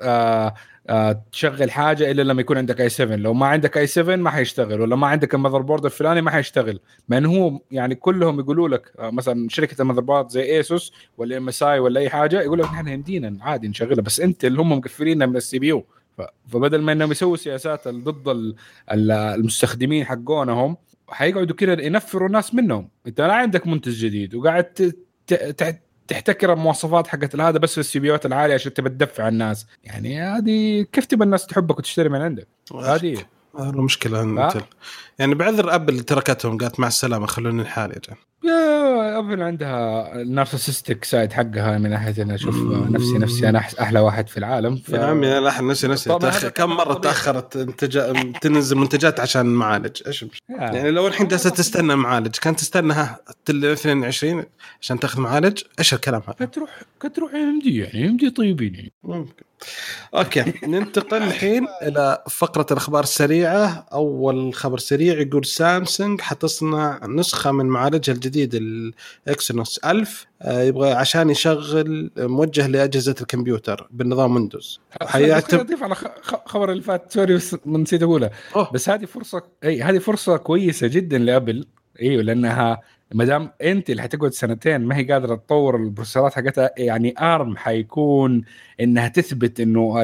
تشغل حاجه الا لما يكون عندك i7. لو ما عندك i7 ما حيشتغل، ولا ما عندك المذر بورد الفلاني ما حيشتغل. ما انه هو يعني كلهم يقولوا لك مثلا شركه المذر بورد زي اسوس ولا MSI ولا اي حاجه، يقول لك احنا يمدينا عادي نشغلها، بس انت اللي هم مقفلينها من السي بي يو. فبدل ما انهم يسووا سياسات ضد المستخدمين حقونهم، حيقعدوا كده ينفروا الناس منهم. انت لا عندك منتج جديد وقاعد تحتكر المواصفات حقت هذا بس في السي بيوات العاليه عشان تبى تدفع الناس. يعني هذه كيف تبى الناس تحبك وتشتري من عندك؟ هذه المشكله انت يعني بعذر ابل تركتهم قالت مع السلامه خلوني الحال يا جماعه. يا ابل عندها نارسيستيك سايد حقها من ناحيه انا اشوف نفسي انا احلى واحد في العالم. يا عمي لا نفسي كم مره تاخرت تنزل منتجات عشان معالج ايش يعني لو الحين جالسه تستنى معالج كان تستنى 22 عشان تاخذ معالج. ايش الكلام هذا؟ كتروح ام دي يعني ام دي طيبين يعني. ممكن. اوكي ننتقل الحين الى فقره الاخبار السريعه. اول خبر سريع يقول سامسونج حتصنع نسخه من معالجها الجديد الاكسينوس 1000 يبغى عشان يشغل موجه لاجهزه الكمبيوتر بالنظام ويندوز. اضيف على خبر اللي فات سوري نسيت اقولها. بس هذه فرصه هذه فرصه كويسه جدا لابل. ايوه لانها مدام انت اللي حتقعد سنتين ما هي قادره تطور البروسيسورات حقتها، يعني ارم حيكون انها تثبت انه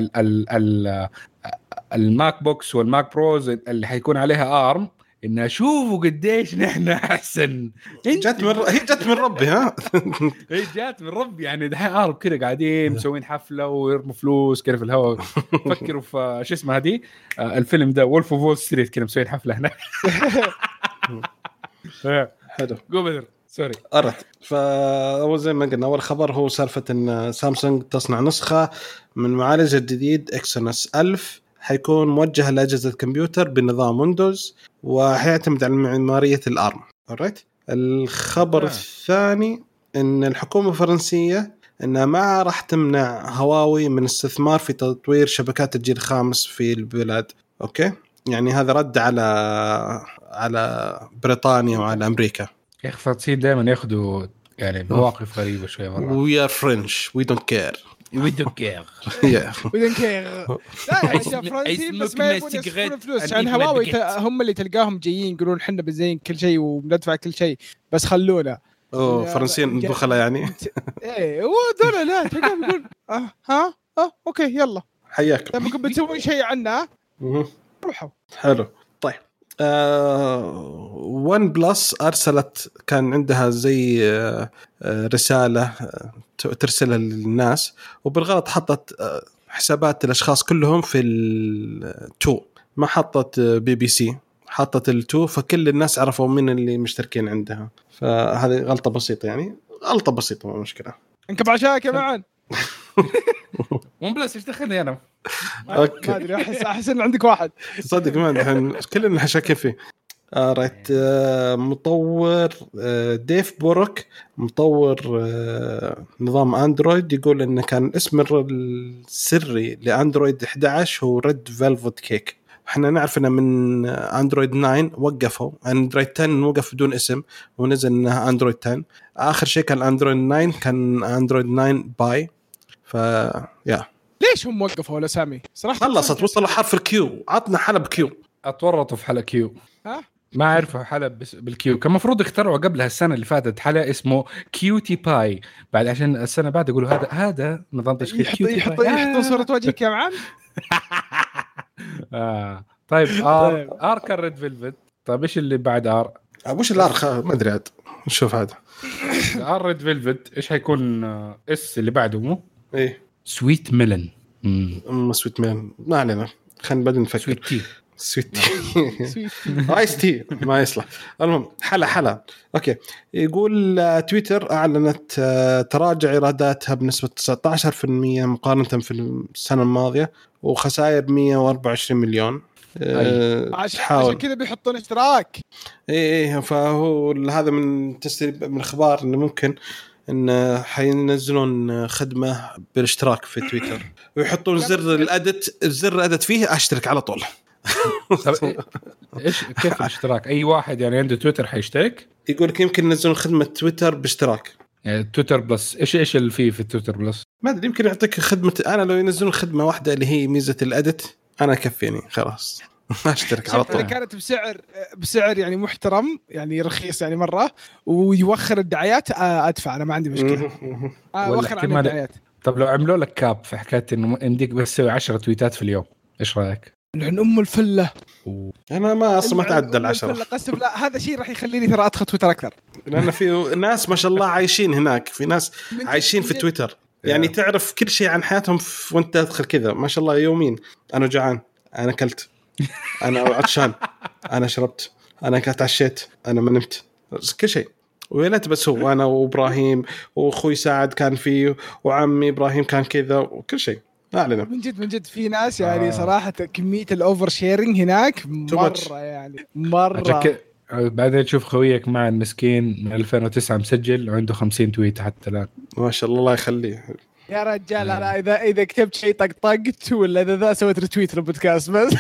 الماك بوكس والماك بروز اللي حيكون عليها ارم ان شوفوا قديش نحن احسن. هي جت من ربي ها هي جات من ربي. يعني دحين ارم كده قاعدين مسوين حفله ويرموا فلوس كده في الهواء. فكروا في شو اسمه هذه الفيلم ده وولف اوف وول ستريت كده مسوين حفله هناك. حلو قبل سوري قرت. فأول زي ما قلنا أول خبر هو سالفة إن سامسونج تصنع نسخة من معالج الجديد إكسينوس 1000 حيكون موجه لأجهزة الكمبيوتر بنظام ويندوز وحيعتمد على معمارية الأرم. الخبر الثاني إن الحكومة الفرنسية إنها ما راح تمنع هواوي من استثمار في تطوير شبكات الجيل الخامس في البلاد. أوكي يعني هذا رد على بريطانيا وعلى أمريكا. يا أخي فرنسيين دائما يأخذوا يعني مواقف غريبة شوية مرة. We are French we don't care. We don't care. We don't care. لا فرنسي بس ما يبون فلوس عشان هواوي هم اللي تلقاهم جايين يقولون حنا بزين كل شيء وبندفع كل شيء بس خلونا. فرنسيين بخلة يعني. إيه ودول لا تلقاهم يقول ها أوكي يلا حياك. ممكن بتسوون شيء عنا. روحوا. حلو طيب. ون بلس أرسلت كان عندها زي رسالة ترسلها للناس وبالغلط حطت حسابات الأشخاص كلهم في التو ما حطت BBC حطت التو فكل الناس عرفوا مين اللي مشتركين عندها. فهذه غلطة بسيطة يعني غلطة بسيطة ما مشكلة. انك بعشاك يا معن. ون بلس ايش دخلني انا؟ اوكي ما ادري احس ان عندك واحد صدق ما الحين كلنا حشاكين فيه. رأيت مطور ديف بوروك مطور نظام اندرويد يقول انه كان اسم السري لاندرويد 11 هو ريد فيلفوت كيك. احنا نعرف انه من اندرويد 9 وقفوا اندرويد 10 وقف بدون اسم ونزل انها اندرويد 10. اخر شيء كان اندرويد 9 كان اندرويد 9 باي. يا ليش هم وقفوا الاسامي صراحه خلصت وصلوا حرف الكيو عطنا حلب كيو اتورطوا في حلقة كيو. ها ما عرفوا حلب بالكيو. كان مفروض اخترعوا قبلها السنة اللي فاتت حلقة اسمه كيوتي باي بعد عشان السنة بعد يقولوا هذا نظام تشغيل كيوتي باي. يحطوا صورة وجهك يا معلم. طيب ار كان ريد فيلفت. طيب ايش اللي بعد ار؟ وش الار ما ادري عاد نشوف هذا. ريد فيلفت ايش حيكون اس اللي بعده مو ايه سويت ميلن سويت مان ما علينا خلينا بعدين نفكر. سويت تي سويت ايس تي ما يصلح. المهم حلا اوكي. يقول تويتر اعلنت تراجع ايراداتها بنسبه 19% مقارنه في السنه الماضيه وخسائر 124 مليون. عشان كذا بيحطون اشتراك. ايه فهو هذا من تسريب من الاخبار انه ممكن ان حينزلون خدمه بالاشتراك في تويتر ويحطون زر الادت فيه اشترك على طول. ايش كيف الاشتراك؟ اي واحد يعني عنده تويتر حيشترك؟ يقول لك يمكن ينزلون خدمه تويتر باشتراك يعني تويتر بلس. ايش اللي فيه في تويتر بلس؟ ما ادري يمكن يعطيك خدمه. انا لو ينزلون خدمه واحده اللي هي ميزه الادت انا كفيني خلاص اشترك على طول. كانت بسعر يعني محترم يعني رخيص يعني مره ويوخر الدعايات ادفع انا ما عندي مشكله. وخر عن الدعايات. طب لو عملوا لك كاب في حكايه انه يمديك بس تسوي 10 تويتات في اليوم ايش رايك؟ لأن الفله انا ما اصلا ما تعدى 10 قسم. لا هذا شيء راح يخليني ترى ادخل تويتر اكثر لان في ناس ما شاء الله عايشين هناك. في ناس عايشين في تويتر يعني تعرف كل شيء عن حياتهم وانت تدخل كذا ما شاء الله يومين. انا جوعان انا اكلت انا عطشان انا شربت انا تعشيت انا ما نمت كل شيء. ويلت بس هو انا وابراهيم واخوي سعد كان فيه وعمي ابراهيم كان كذا وكل شيء. أعلنا. من جد في ناس يعني صراحة كمية الأوفر شيرينج هناك مرة يعني مرة. بعدين تشوف خويك مع المسكين من 2009 مسجل وعنده 50 تويت حتى الآن ما شاء الله الله يخليه يا رجال. أنا إذا كتبت شيء طقت ولا إذا سويت ريتويت للبودكاست بس.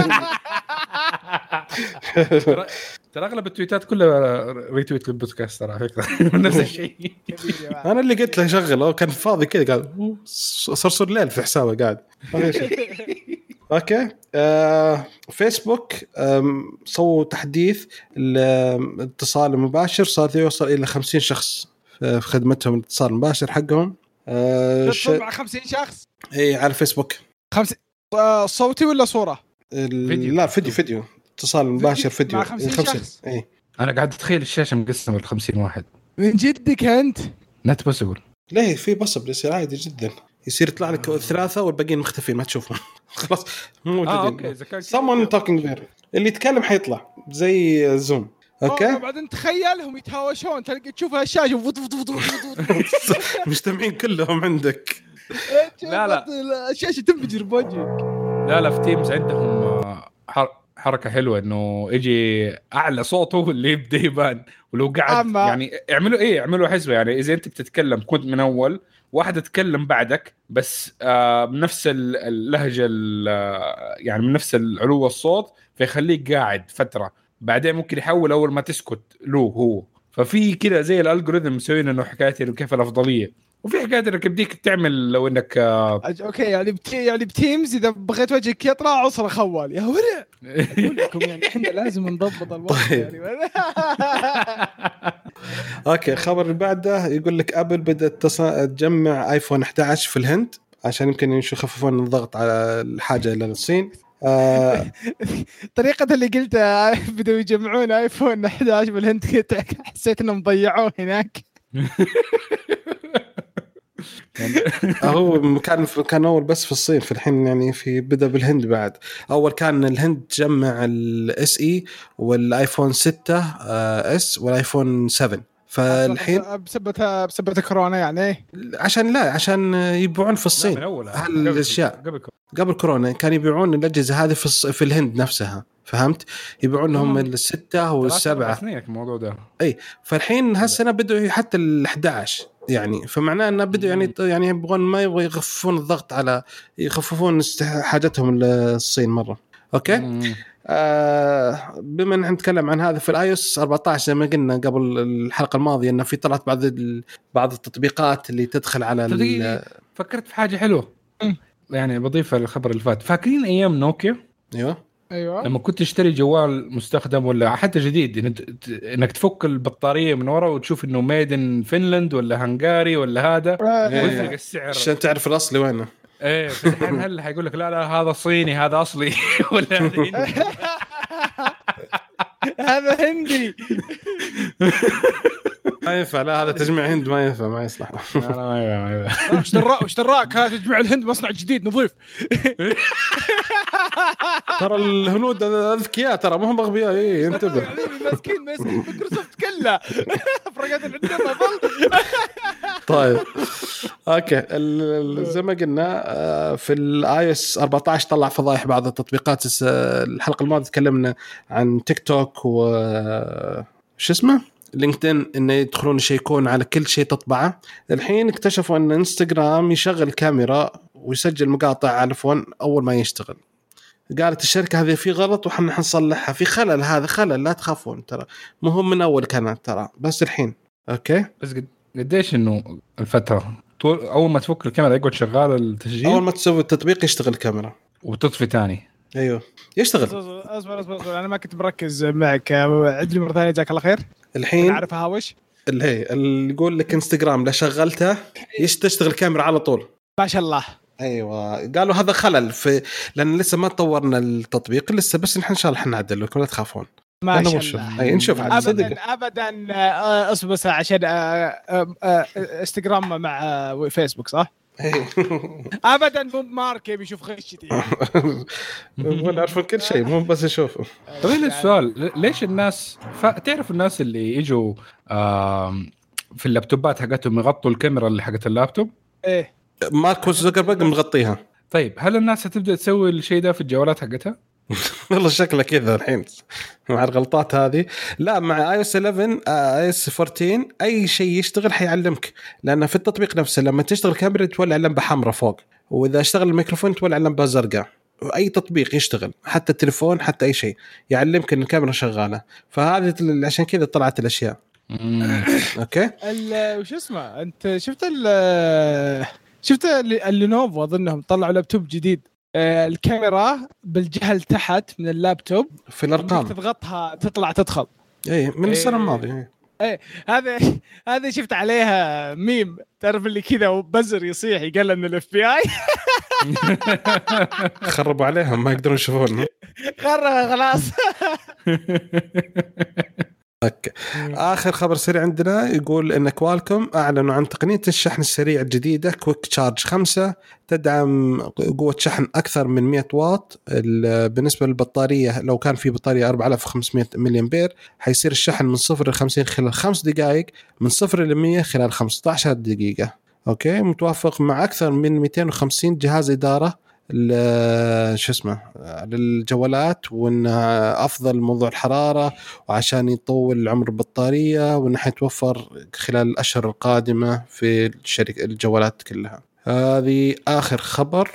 ترى أغلب التويتات كلها ريتويت للبودكاست ترى فكرة نفس الشيء. أنا اللي قلت له شغل كان فاضي كذا قال صرصر ليل في حسابه قاعد. أوكي. فيسبوك سووا تحديث الاتصال المباشر صار يوصل إلى 50 شخص في خدمتهم الاتصال المباشر حقهم. مع 50 شخص إيه على فيسبوك. 50 صوتي ولا صورة؟ لا فيديو اتصال مباشر فيديو. 50 إيه أنا قاعد أتخيل الشاشة مقسمة ل50 واحد. من جدك أنت؟ نت بوسيبل. ليه في بصب يصير عادي جدا يصير يطلع لك 3 والباقيين مختفين ما تشوفهم. خلاص مو موجودين. someone talking there اللي يتكلم حيطلع زي زوم. اوكي بعدين تخيلهم يتهاوشون تلقى تشوفها الشاشه مجتمعين كلهم عندك. لا الشاشه تنفجر بوجهك. لا في تيمز عندهم حركه حلوه انه يجي اعلى صوته اللي يبدا يبان ولو قاعد يعني يعملوا حسبه يعني اذا انت بتتكلم كنت من اول واحد تتكلم بعدك بس بنفس اللهجه يعني من نفس العلو الصوت فيخليك قاعد فتره بعدين ممكن يحول اول ما تسكت له هو. ففي كده زي الالجوريثم مسوين انه حكايه كيف الافضليه وفي حكايه انك بديك تعمل لو انك اوكي يعني بتيمز اذا بغيت وجهك يطلع عصره خوال يا ورع. اقول لكم يعني احنا لازم نضبط الوضع يعني. اوكي الخبر اللي بعده يقول لك ابل بدات تجمع ايفون 11 في الهند عشان يمكن يخففون الضغط على الحاجه الى الصين. طريقة اللي قلتها بدأوا يجمعون ايفون 11 بالهند حسيت انهم ضيعوه هناك. هو كان اول بس في الصين في الحين يعني في بدأ بالهند بعد. اول كان الهند تجمع الاس اي والايفون 6 اس والايفون 7 فالحين بسبب كورونا يعني عشان يبيعون في الصين هالاشياء قبل كورونا كان يبيعون الاجهزه هذه في الهند نفسها فهمت يبيعون لهم الستة والسبعة الموضوع ده. اي فالحين هالسنه بدوا حتى ال11 يعني فمعناه انه بدوا يعني يبغون ما يبغوا يخففون الضغط على يخففون حاجتهم للصين مره. اوكي بما ان نتكلم عن هذا في الايوس 14 زي ما قلنا قبل الحلقه الماضيه انه في طلعت بعض التطبيقات اللي تدخل على فكرت في حاجه حلوه يعني بضيفها للخبر اللي فات. فاكرين ايام نوكيا؟ ايوه لما كنت تشتري جوال مستخدم ولا حتى جديد انك تفك البطاريه من ورا وتشوف انه ميد ان فنلند ولا هنغاري ولا هذا ويفرق السعر عشان تعرف الاصلي وينه. ايه الحين هل حيقول لك لا هذا صيني هذا اصلي ولا هذا هندي؟ هذا هندي. ما ينفع، لا هذا تجميع هند ما ينفع، ما يصلح. ما اشتراك هذا تجميع الهند مصنع جديد نظيف. ترى الهنود اذكياء ترى، ما هم اغبياء. اي انتبه، مسكين مايكروسوفت كله فرقت عندنا ظل. طيب اوكي. زي ما قلنا في الاي اس 14 طلع فضايح بعض التطبيقات. الحلقه الماضيه تكلمنا عن تيك توك و شو اسمه لينكدين، انه يدخلون يشيكون على كل شيء تطبعه. الحين اكتشفوا ان انستغرام يشغل كاميرا ويسجل مقاطع على الفون اول ما يشتغل. قالت الشركه هذه في غلط وحنا حنصلحها، في خلل، هذا خلل لا تخافون، ترى مهم من اول كانت ترى، بس الحين اوكي. بس قديش انه الفتره طول اول ما تفك الكاميرا يقعد شغال التسجيل، اول ما تسوي التطبيق يشتغل الكاميرا وتطفي تاني. ايوه يشتغل. اصبر انا ما كنت مركز معك. عد لي مره ثانيه جزاك الله خير. الحين اعرف هاوش اللي يقول لك انستغرام لا شغلته تشتغل الكاميرا على طول. ما شاء الله. ايوه قالوا هذا خلل في، لان لسه ما طورنا التطبيق لسه، بس نحن ان شاء الله حنعدل لكم لا تخافون. ما شاء الله. اي نشوف عاد صدق ابدا اصبر بس عشان انستغرام مع فيسبوك صح. ابدا مو مارك بيشوف خشتي. مو نعرف كل شيء، مو بس نشوفه. طيب السؤال ليش الناس تعرف الناس اللي يجوا في اللابتوبات حقتهم يغطوا الكاميرا اللي حقت اللابتوب؟ ايه مارك زوكربيرج مغطيها. طيب هل الناس هتبدأ تسوي الشيء ده في الجوالات حقتها؟ والله شكله كذا الحين مع الغلطات هذه. لا مع iOS 11 iOS 14 أي شيء يشتغل حيعلمك، لأن في التطبيق نفسه لما تشتغل كاميرا تولع لمبة حمراء فوق، وإذا اشتغل الميكروفون تولع لمبة زرقاء. وأي تطبيق يشتغل حتى التليفون حتى أي شيء يعلمك إن الكاميرا شغالة. فهذه عشان كذا طلعت الأشياء. أوكي. وش اسمه أنت شفت اللينوفو أظنهم طلعوا لابتوب جديد، الكاميرا بالجهة تحت من اللابتوب في الأرقام تضغطها تطلع تدخل. ايه من السنة الماضية. ايه هذا شفت عليها ميم تعرف اللي كذا وبزر يصيح يقال من الاف بي اي. خربوا عليهم ما يقدرون يشوفون. خلاص. اوكي. اخر خبر سريع عندنا يقول ان كوالكوم اعلنوا عن تقنيه الشحن السريع الجديده كويك تشارج 5 تدعم قوه شحن اكثر من 100 واط. بالنسبه للبطاريه لو كان في بطاريه 4500 ملي امبير حيصير الشحن من 0 ل 50 خلال 5 دقائق، من 0 ل 100 خلال 15 دقيقه. اوكي. متوافق مع اكثر من 250 جهاز اداره شو اسمه للجوالات، وانها افضل موضوع الحراره وعشان يطول عمر البطاريه، وانها حيتوفر خلال الاشهر القادمه في الجوالات كلها. هذه اخر خبر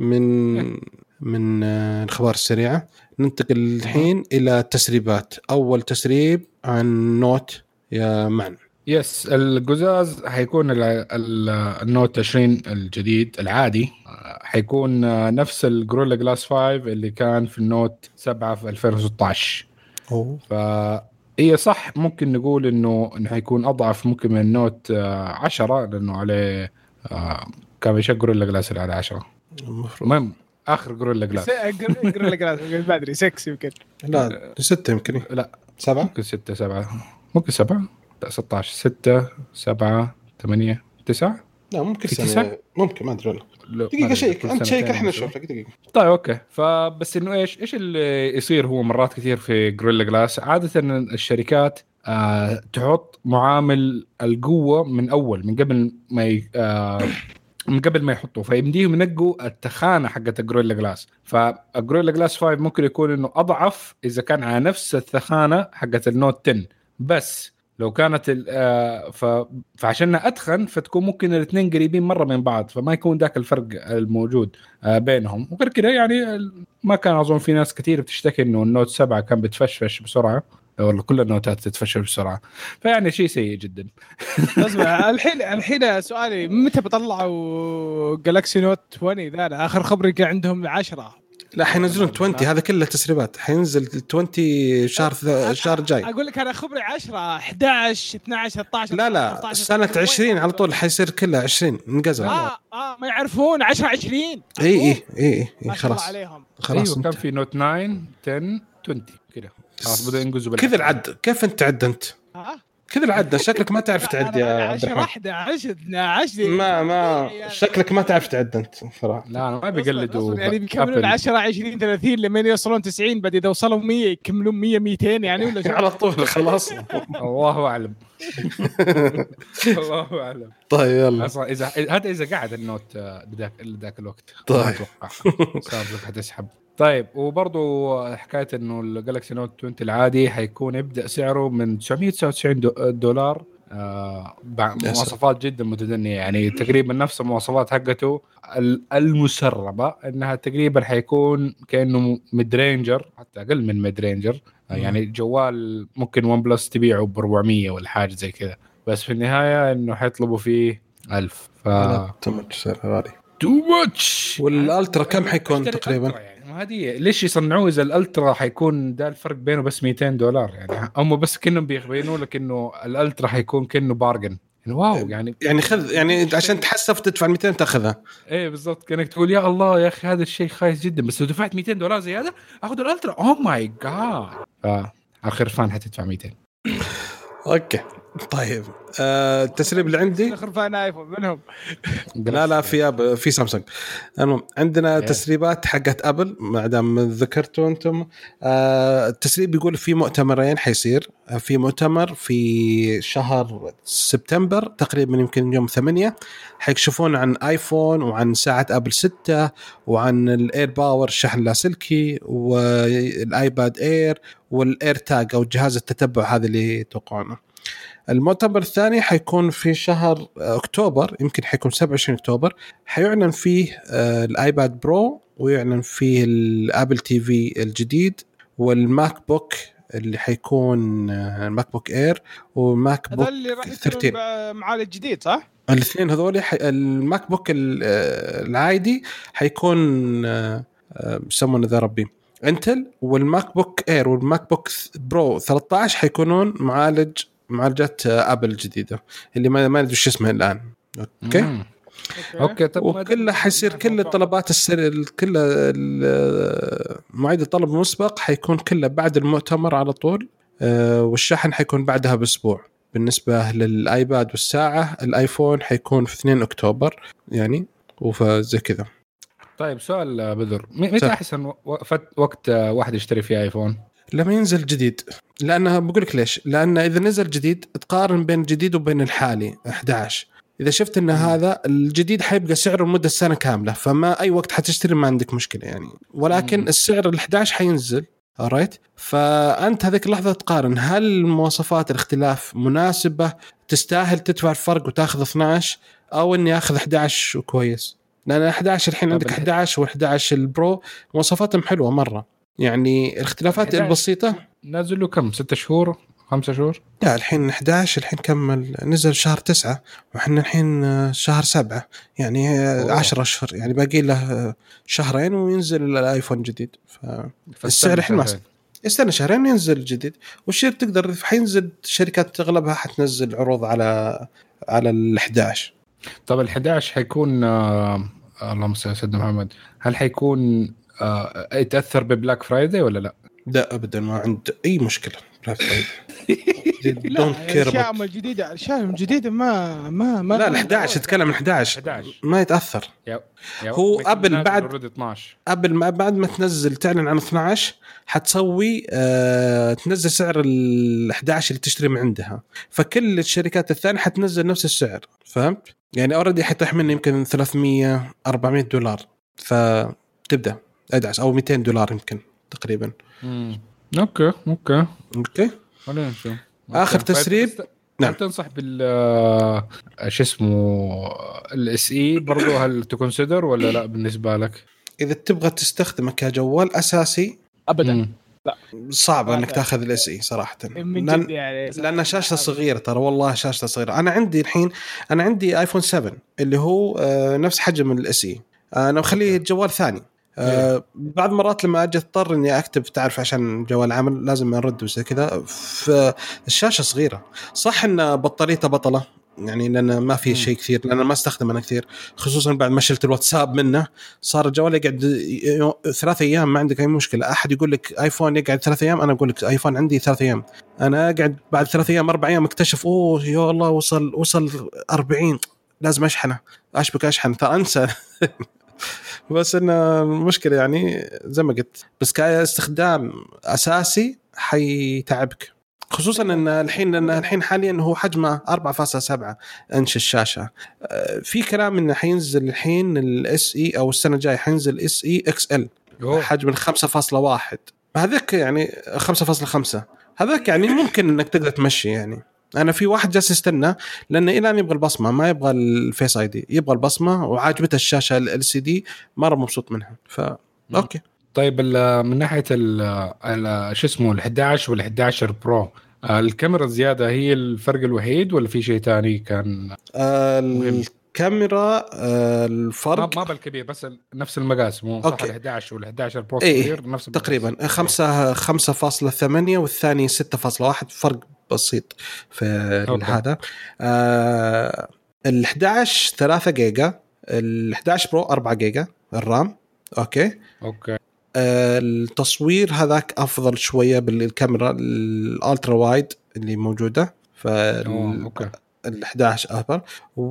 من الخبر السريعه. ننتقل الحين الى تسريبات. اول تسريب عن نوت يا معن. يس القزاز حيكون النوت 20 الجديد العادي حيكون نفس الجوريلا جلاس 5 اللي كان في النوت 7 في 2016. فهي صح ممكن نقول انه حيكون اضعف ممكن من النوت 10 لانه عليه كان بيشغل جوريلا جلاس على 10 المهم اخر جوريلا جلاس. جوريلا جلاس ما ادري 6 يمكن، لا 6 يمكن، لا 7 ممكن 6 7 ممكن 7 16 6 7 8 9 لا ممكن 9 ممكن ما ادري. دقيقه شيك انت شيك احنا نشوف لك دقيقه. طيب اوكي. فبس انه ايش اللي يصير هو مرات كثير في جوريلا جلاس عاده ان الشركات تحط معامل القوه من اول من قبل ما يحطوا، فيمديهم ينقوا التخانه حقت الجوريلا جلاس. فالجوريلا جلاس 5 ممكن يكون انه اضعف اذا كان على نفس التخانه حقت النوت 10، بس لو كانت فعشاننا أدخن فتكون ممكن الاثنين قريبين مرة من بعض، فما يكون ذاك الفرق الموجود بينهم. وغير كده يعني ما كان أظن في ناس كثير بتشتكي إنه النوت 7 كان بتفشفش بسرعة، والله كل النوتات تتفشل بسرعة، فيعني شيء سيء جدا. اسمع الحين سؤالي متى بطلعوا جالاكسي نوت 20 ذا؟ آخر خبر كان عندهم 10. لا حينزلون 20 هذا كله تسريبات. حينزل 20 شهر جاي. اقول لك انا خبري 10 11 12 13 لا سنه 20 على طول حيصير كله 20 انقزل. ما يعرفون 10 20. اي خلاص أيوة كان في نوت 9 10 20 كده خلاص بدأ ينقزوا كذا العد. كيف انت عد انت؟ كذا العدة. شكلك ما تعرف تعد يا عبد الرحمن. 10 11 12 ما شكلك ما تعرف تعد انت صراحه. لا انا ما بيقلدوا يعني بيكملون 10 20 30 لما يوصلون 90 بعد اذا وصلوا 100 يكملون 100 200 يعني ولا على طول خلاص. الله اعلم. الله اعلم. طيب يلا اذا قعد النوت ذاك الوقت. طيب اتوقع صار حتسحب. طيب وبرضو حكايه انه الجالكسي نوت 20 العادي حيكون يبدا سعره من $999 مواصفات جدا متدنيه يعني تقريبا نفس المواصفات حقته المسربه انها تقريبا حيكون كانه ميد رينجر حتى اقل من ميد رينجر يعني جوال ممكن ون بلس تبيعه ب 400 ولا حاجه زي كذا بس في النهايه انه حيطلبوا فيه 1000 سعر غالي تو ماتش. والالترا كم حيكون تقريبا يعني هذه ليش يصنعوه اذا الالترا حيكون ده الفرق بينه بس $200 يعني هم بس كأنهم بيخبرينه لك انه الالترا حيكون كأنه بارجن يعني واو يعني خذ يعني عشان تحسف تدفع 200 تاخذها. ايه بالضبط كأنك تقول يا الله يا اخي هذا الشيء خايس جدا بس لو دفعت $200 زياده اخذ الالترا اوه ماي جاد اخر فان حتدفع 200. اوكي طيب التسريب اللي عندي خرفان ايفون منهم. لا في سامسونج. المهم عندنا تسريبات حقت ابل ما دام ذكرتوا انتم. التسريب بيقول في مؤتمرين حيصير. في مؤتمر في شهر سبتمبر تقريبا يمكن يوم 8 حيكشفون عن ايفون وعن ساعة ابل 6 وعن الاير باور الشحن اللاسلكي والايباد اير والاير تاج او جهاز التتبع هذا اللي توقعونه. المؤتمر الثاني حيكون في شهر أكتوبر يمكن حيكون 27 أكتوبر حيعلن فيه الآيباد برو ويعلن فيه الآبل تي في الجديد والماك بوك اللي حيكون الماك بوك إير وماك بوك 13 معالج جديد صح؟ الاثنين هذول الماك بوك العادي حيكون بسمونه ذا ربي انتل والماك بوك إير والماك بوك برو 13 حيكونون معالجات ابل الجديده اللي ما ندري ايش اسمها الان. اوكي طب وكله حيصير كل الطلبات كل مواعيد الطلب المسبق حيكون كله بعد المؤتمر على طول. والشحن حيكون بعدها باسبوع. بالنسبه للايباد والساعه الايفون حيكون في 2 اكتوبر يعني وفزي كذا. طيب سؤال بذر متى احسن وقت واحد يشتري فيه ايفون؟ لما ينزل جديد. لأنها بقول لك ليش لأن إذا نزل جديد تقارن بين الجديد وبين الحالي 11 إذا شفت إن هذا الجديد حيبقى سعره لمدة سنة كاملة فما أي وقت حتشتري ما عندك مشكلة يعني ولكن السعر 11 حينزل alright فأنت هذيك اللحظة تقارن هل المواصفات الاختلاف مناسبة تستاهل تدفع الفرق وتأخذ 12 أو إني أخذ 11 وكويس لأن 11 الحين عندك 11 و11 البرو مواصفاتهم حلوة مرة يعني الاختلافات البسيطة. نازل له كم 6 شهور 5 شهور؟ لا الحين 11 الحين كمل نزل شهر 9 وحنا الحين شهر 7 يعني 10 أشهر يعني باقي له شهرين وينزل الايفون جديد فالسعر الحين ما استنى شهرين ينزل الجديد والشيء تقدر حينزل شركات تغلبها حتنزل عروض على ال11. طب ال11 حيكون اللهم صل على سيدنا محمد هل حيكون يتأثر ببلاك فرايداي ولا لا؟ لا أبدا ما عند أي مشكلة بلاك فرايداي. الشاشة الجديدة ما لا 11 تتكلم 11 ما يتأثر. هو أبل بعد 12 أبل ما بعد ما تنزل تعلن عن 12 حتسوي تنزل سعر ال11 اللي تشتري من عندها فكل الشركات الثانية حتنزل نفس السعر فهمت؟ يعني أوردي حيطيح مني يمكن $300-400 فتبدأ 11 أو $200 يمكن تقريبا. اوكي خلينا نشوف اخر تسريب. نعم تنصح بال شو اسمه الاس اي برضو هل تكونسيدر ولا لا بالنسبه لك اذا تبغى تستخدمه كجوال اساسي؟ ابدا لا صعب انك تاخذ الاس اي صراحه لان شاشته صغيره ترى والله شاشته صغيره. انا عندي ايفون 7 اللي هو نفس حجم الاس اي انا مخليه جوال ثاني. بعض مرات لما أجي أضطر إني أكتب تعرف عشان جوال عمل لازم أرد وزي كذا فالشاشة صغيرة صح إن بطاريته بطلة يعني لأن ما في شيء كثير، لأن ما استخدم أنا كثير، خصوصا بعد ما شلت الواتساب منه صار الجوال يقعد 3 أيام ما عندك أي مشكلة. أحد يقول لك آيفون يقعد 3 أيام، أنا أقول لك آيفون عندي 3 أيام، أنا أقعد بعد 3 أيام 4 أيام اكتشف أوه يا الله وصل 40 لازم أشحنه، أشحن فأنسى. بس إنه المشكلة يعني زي ما قلت، بس كاستخدام أساسي حيتعبك، خصوصا ان الحين حاليا هو حجمه 4.7 انش الشاشه. في كلام انه حينزل الحين الاس اي او السنه الجايه حينزل اس اي اكس ال حجم 5.1 هذاك يعني 5.5 هذاك يعني ممكن انك تقدر تمشي. يعني انا في واحد جالس يستنى لانه الان يبغى البصمه ما يبغى الفيس اي دي، يبغى البصمه وعاجبته الشاشه ال سي دي مره مبسوط منها. اوكي طيب من ناحيه شو اسمه ال11 وال11 برو الكاميرا الزياده هي الفرق الوحيد ولا في شيء تاني كان الكاميرا الفرق ما بالكبير بس نفس المقاس مو صح؟ ال11 وال11 برو صغير نفس تقريبا 5.8 والثاني 6.1 فرق بسيط في هذا. ال11 3 جيجا، ال11 برو 4 جيجا الرام. اوكي التصوير هذاك افضل شويه بالكاميرا الالترا وايد اللي موجوده ال11 افضل،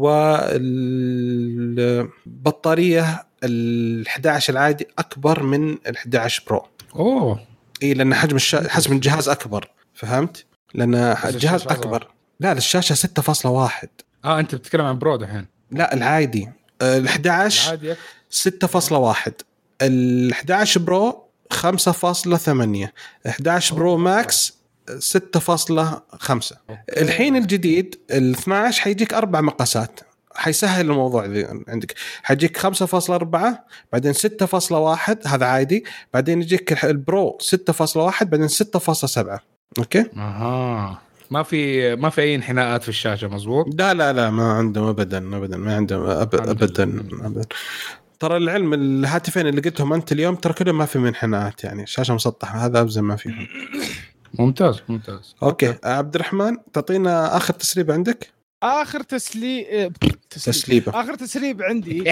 والبطاريه ال11 العادي اكبر من ال11 برو. اي لان حجم الجهاز اكبر، فهمت؟ لان الجهاز اكبر. لا الشاشه 6.1. انت بتتكلم عن برو دحين؟ لا العادي ال11 6.1، ال11 برو 5.8، 11 برو ماكس 6.5. الحين الجديد ال12 حيجيك 4 مقاسات، حيسهل الموضوع عندك. حيجيك 5.4 بعدين 6.1 هذا عادي، بعدين يجيك البرو 6.1 بعدين 6.7. اوكي ما في اي انحناءات في الشاشه مزبوط؟ لا ما عندهم ابدا ما عندهم ابدا. ترى العلم الهاتفين اللي قلتهم انت اليوم ترى كلهم ما في منحناءات، يعني شاشه مسطحه، هذا ابزر ما فيهم. ممتاز. اوكي عبد الرحمن تعطينا اخر تسريب عندك. اخر تسريب اخر تسريب عندي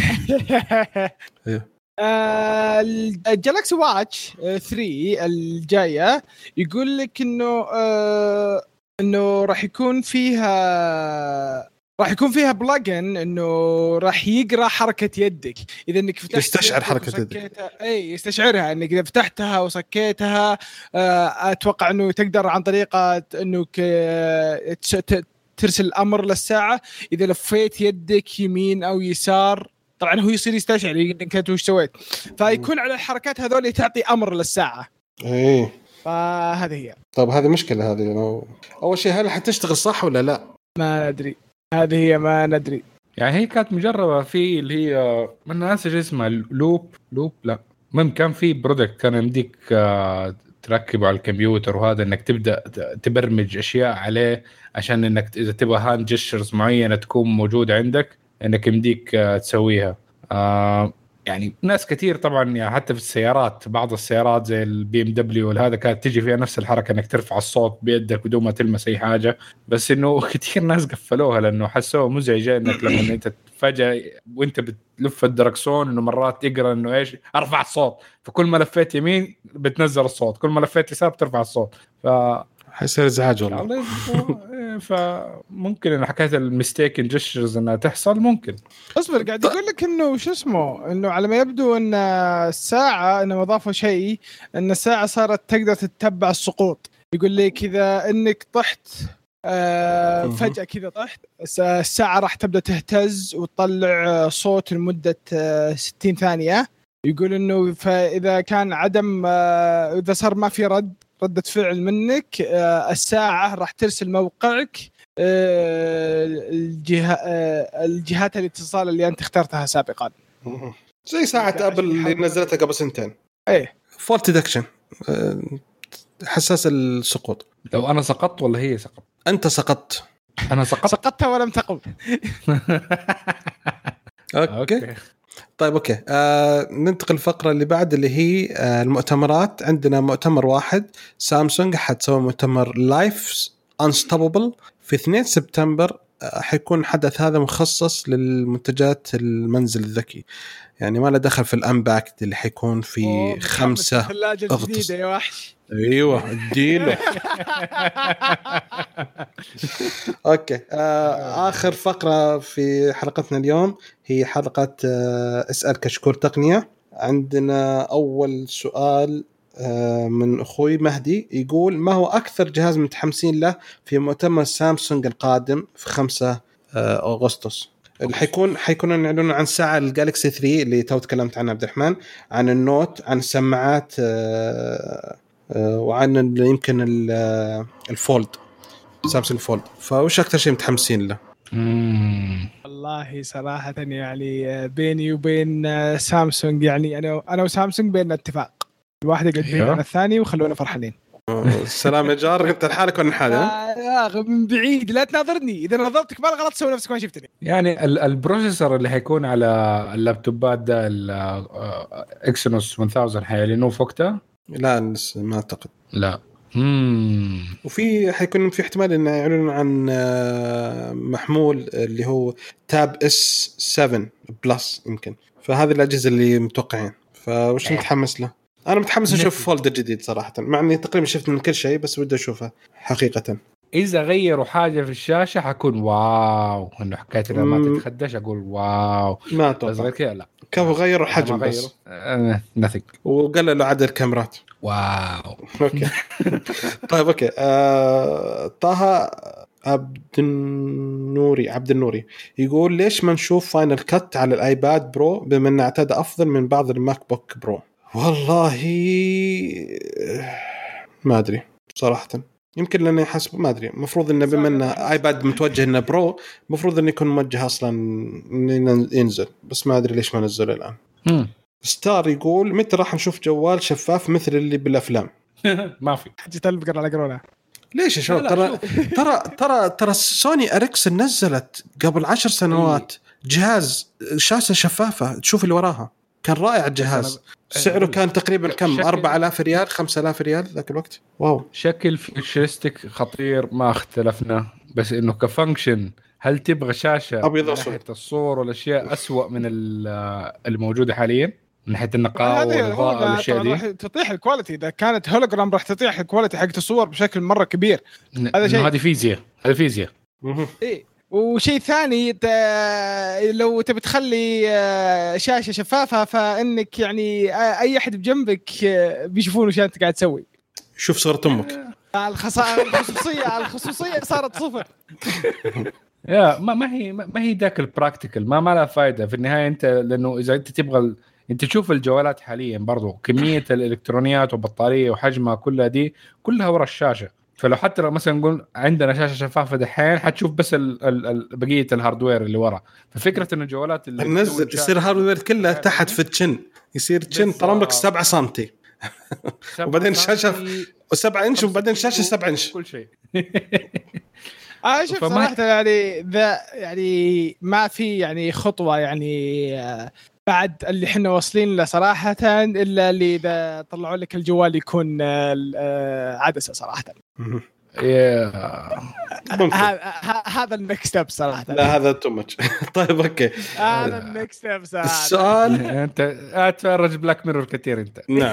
الجالاكسي واتش 3 الجايه يقول لك انه راح يكون فيها بلجن انه راح يقرا حركه يدك اذا انك فتحت، يستشعر حركه يدك. يستشعرها انك اذا فتحتها وسكيتها. اتوقع انه تقدر عن طريقه انك ترسل امر للساعه اذا لفيت يدك يمين او يسار. طبعا هو يصير يستشعر انك انت وش سويت، فيكون على الحركات هذول تعطي امر للساعه. فهذه هي. طب هذه مشكله هذه. اول شيء هل حتشتغل صح ولا لا؟ ما ندري، هذه هي ما ندري. يعني هي كانت مجربه في اللي هي من ناس اسمها لوب لا كان في برودكت كان يمديك تركبه على الكمبيوتر، وهذا انك تبدا تبرمج اشياء عليه عشان انك اذا تبغى هاند جيسترز معينه تكون موجوده عندك انك يمديك تسويها. يعني ناس كتير طبعا يعني حتى في السيارات، بعض السيارات زي البي ام دبليو هذا كانت تجي فيها نفس الحركه انك ترفع الصوت بيدك بدون ما تلمس اي حاجه، بس انه كتير ناس قفلوها لانه حسوها مزعجه انك لما انت فجاه وانت بتلف الدركسون انه مرات يقرا انه ايش ارفع الصوت، فكل ما لفيت يمين بتنزل الصوت، كل ما لفيت يسار بترفع الصوت، حيصير ازعاج والله. فممكن ان حكايه الميستيكن جيسترز انها تحصل ممكن. اصبر قاعد يقول لك انه شو اسمه انه على ما يبدو ان الساعه انه اضافوا شيء ان الساعه صارت تقدر تتبع السقوط. يقول لك اذا انك طحت فجاه كذا طحت الساعه راح تبدا تهتز وتطلع صوت لمده 60 ثانيه. يقول انه فاذا كان عدم اذا صار ما في ردة فعل منك الساعة راح ترسل موقعك الجهات الاتصال اللي أنت اخترتها سابقا، زي ساعة أبل اللي نزلتها قبل سنتين. فولت ديتكشن، حساس السقوط. لو أنا سقطت ولا هي سقط؟ أنت سقطت. أنا سقطت ولم تقم. أوكي. طيب أوكي ننتقل الفقرة اللي بعد اللي هي المؤتمرات. عندنا مؤتمر واحد، سامسونج حتسوي مؤتمر لايف أنستوبل في 2 سبتمبر حيكون حدث هذا مخصص للمنتجات المنزل الذكي، يعني ما له دخل في الأمباكت اللي حيكون في 5 ثلاجة أغسطس. جديدة يا وحش. ايوه اديله. اوكي اخر فقره في حلقتنا اليوم هي حلقه اسال كشكور تقنيه. عندنا اول سؤال من اخوي مهدي، يقول ما هو اكثر جهاز متحمسين له في مؤتمر سامسونج القادم في 5 اغسطس؟ اللي حيكون يعلنون عن ساعه الجالكسي 3 اللي تو تكلمت عنها عبد الرحمن، عن النوت، عن السماعات وعن يمكن الفولد، سامسونج فولد. فوش أكثر شيء متحمسين له؟ والله صراحة يعني بيني وبين سامسونج، يعني أنا وسامسونج بيننا اتفاق، الواحد يقعد عن الثاني وخلونا فرحانين. السلام يا جار، انت لحالك ولا حالي؟ يا من بعيد لا تناظرني، اذا نظرتك بالغلط سوي نفسك ما شفتني. يعني البروسيسور اللي حيكون على اللابتوبات ده اكسينوس 1000 حيعلنوه في وقتها؟ لا ما اعتقد. لا. وفي حيكون في احتمال انه يعلنون عن محمول اللي هو تاب اس 7 بلس يمكن، فهذه الاجهزه اللي متوقعين. فوش متحمس له؟ انا متحمس اشوف فولد الجديد صراحه، مع اني تقريبا شفت من كل شيء، بس بدي اشوفه حقيقه. اذا غيروا حاجه في الشاشه حكون واو، انه حكايه انها ما تتخدش اقول واو. ما اتوقع بس غير كذا لا، كيف غيروا حجم بس nothing، وقللوا عدد الكاميرات. واو. اوكي. طيب اوكي طه عبد النوري يقول ليش ما نشوف فاينل كت على الايباد برو بما انه اعتاد افضل من بعض الماك بوك برو؟ والله ما ادري صراحه، يمكن لاني حسب ما ادري، المفروض انه بما انه ايباد متوجه انه برو المفروض انه يكون موجه اصلا ينزل، بس ما ادري ليش ما نزل الان. ستار يقول متى راح نشوف جوال شفاف مثل اللي بالافلام؟ ما في حاجه تلبق على قرونا. ليش يا شباب؟ ترى سوني اريكسون نزلت قبل 10 سنوات جهاز شاشة شفافة تشوف اللي وراها، كان رائع الجهاز. سعره كان تقريبا كم 4000 ريال 5000 ريال ذاك الوقت. واو، شكل فيوتشرستيك خطير، ما اختلفنا، بس انه كفانكشن هل تبغى شاشة أبيض من ناحية الصور والاشياء أسوأ من الموجودة حاليا من ناحية النقاء والإضاءة والاشياء دي؟ راح تطيح الكواليتي، اذا كانت هولوجرام راح تطيح الكواليتي حق الصور بشكل مرة كبير. هذا شيء، هذه فيزياء، هذا فيزياء. إيه. وشيء ثاني لو تبي تخلي شاشة شفافة فإنك يعني أي أحد بجنبك بيشوفون وش أنت قاعد تسوي. شوف صورة أمك. الخصوصية صارت صفر. يا ما هي ذاك البراكتيكال، ما لها فائدة في النهاية. أنت لأنه إذا أنت تبغى أنت تشوف الجوالات حاليا برضو كمية الإلكترونيات وبطارية وحجمها كلها دي كلها ورا الشاشة. فلو حتى مثلا نقول عندنا شاشة شفافة دحين حتشوف بس بقية الهاردوير اللي ورا. ففكرة إنه الجوالات اللي نزل يصير هاردوير كلها تحت في التشن، يصير تشن طرمك 7 سنتي وبعدين شاشة 7 إنش وبعدين شاشة 7 إنش كل شيء. شوف صراحة يعني ذا يعني ما في يعني خطوة يعني بعد اللي حنا واصلين له صراحة، إلا اللي إذا طلعوا لك الجوال يكون عدسة صراحة. هذا النكست ستيب صراحة. لا هذا تو ماتش. طيب اوكي، هذا النكست ستيب صراحة. السؤال انت اتفرج بلاك ميرور كثير انت. نعم.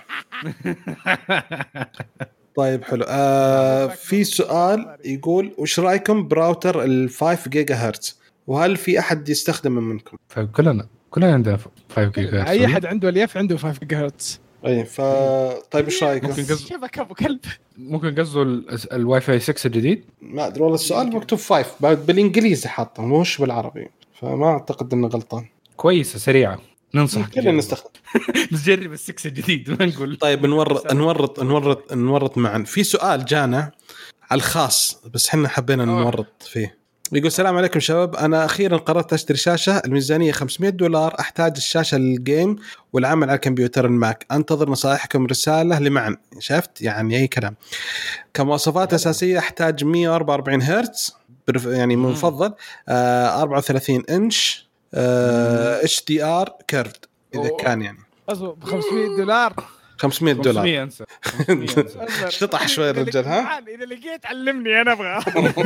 طيب حلو. في سؤال يقول وش رايكم براوتر ال5 جيجا هرتز، وهل في احد يستخدمه منكم؟ كلنا عندنا 5 جيجا هرتز. اي احد عنده اليف عنده 5 جيجا هرتز. اي طيب ايش رايكم؟ شبكه ابو كلب. ممكن قصده الواي فاي 6 الجديد؟ ما ادري والله، السؤال مكتوب 5 بالانجليزي حاطه مش بالعربي، فما اعتقد انه غلطان. كويسه سريعه، ننصح كلنا نستخدم. نجرب ال6 الجديد ما نقول. طيب نورط معا. في سؤال جانا على الخاص بس احنا حبينا نورط فيه. يقول السلام عليكم شباب، أنا أخيرا قررت أشتري شاشة، الميزانية $500، أحتاج الشاشة للجيم والعمل على الكمبيوتر الماك، أنتظر نصائحكم رسالة لمعن. شفت يعني أي كلام. كمواصفات أساسية أحتاج 144 هرتز يعني مفضل 34 إنش HDR كيرفد إذا كان يعني $500. $500. 500 انسى. شطح شوي الرجال ها. اذا لقيت علمني انا ابغى.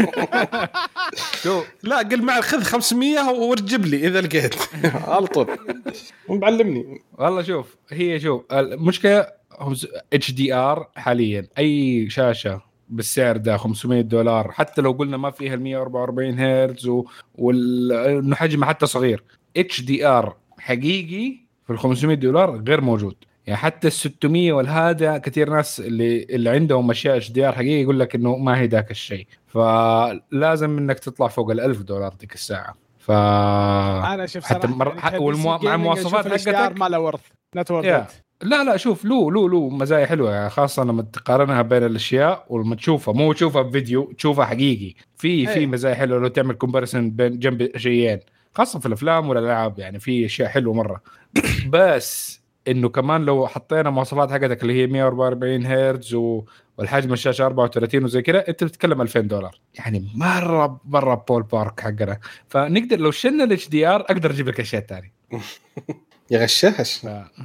شو لا قل معي خذ 500 وارجب لي اذا لقيت على طول ومعلمني. والله شوف المشكله HDR حاليا اي شاشه بالسعر ده $500 حتى لو قلنا ما فيها 144 هرتز وانه حجمه حتى صغير. HDR حقيقي في $500 غير موجود. يعني حتى ال600 والهذا كثير ناس اللي عندهم اشياء HDR حقيقي يقول لك انه ما هي ذاك الشيء. فلازم انك تطلع فوق $1000 ديك الساعه. انا شوف حتى مع المواصفات حقتك ما له ورث نتورك. لا شوف له مزايا حلوه يعني، خاصه لما تقارنها بين الاشياء ولما تشوفها مو تشوفها بفيديو تشوفها حقيقي في مزايا حلوه لو تعمل كومباريسن بين جنب شيئين، خاصه في الافلام والالعاب يعني في اشياء حلوه مره. بس انه كمان لو حطينا مواصفات حقتك اللي هي 144 هرتز والحجم الشاشه 34 وزي كذا انت بتتكلم $2000 يعني مره بول بارك حقنا. فنقدر لو شلنا الHDR اقدر اجيب لك اشياء ثانيه. يغشش.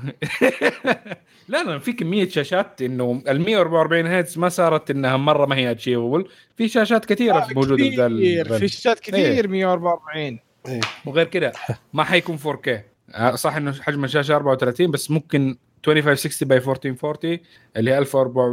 لا في كميه شاشات انه ال 144 هرتز ما صارت انها مره ما هي اتشيفبل. في شاشات كثيره موجوده في شاشات كثير 144 وغير كده ما حيكون 4K. صح انه حجم الشاشه 34 بس ممكن 2560 باي 1440 اللي هي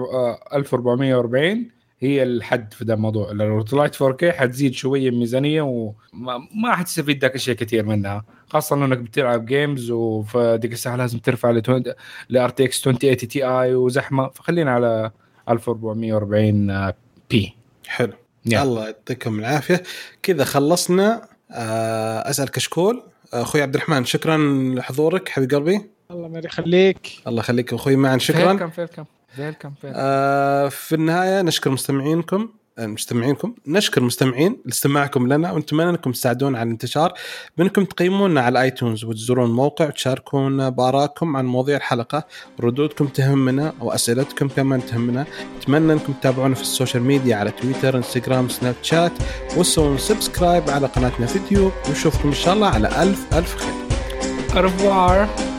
1440 هي الحد في ده الموضوع. لو طلعت 4K حتزيد شويه ميزانيه وما حتستفيد ذاك الشيء كثير منها، خاصه انك بتلعب جيمز وفي ديك الساعه لازم ترفع ل RTX 2080 Ti وزحمه. فخلينا على 1440 بي. حلو الله يعطيكم العافيه. كذا خلصنا. اسال كشكول اخوي عبد الرحمن شكرا لحضورك حبيب قلبي. الله ما يخليك. الله يخليك اخوي معن شكرا. فيلكم. في النهايه نشكر مستمعينكم نشكر مستمعين لاستماعكم لنا ونتمنى انكم تساعدونا على الانتشار بانكم تقيمونا على الايتونز وتزورون الموقع وتشاركونا بارائكم عن مواضيع الحلقه. ردودكم تهمنا واسئلتكم كمان تهمنا. اتمنى انكم تتابعونا في السوشيال ميديا على تويتر انستغرام سناب شات وسووا سبسكرايب على قناتنا في يوتيوب ونشوفكم ان شاء الله على الف خير. أرفوار.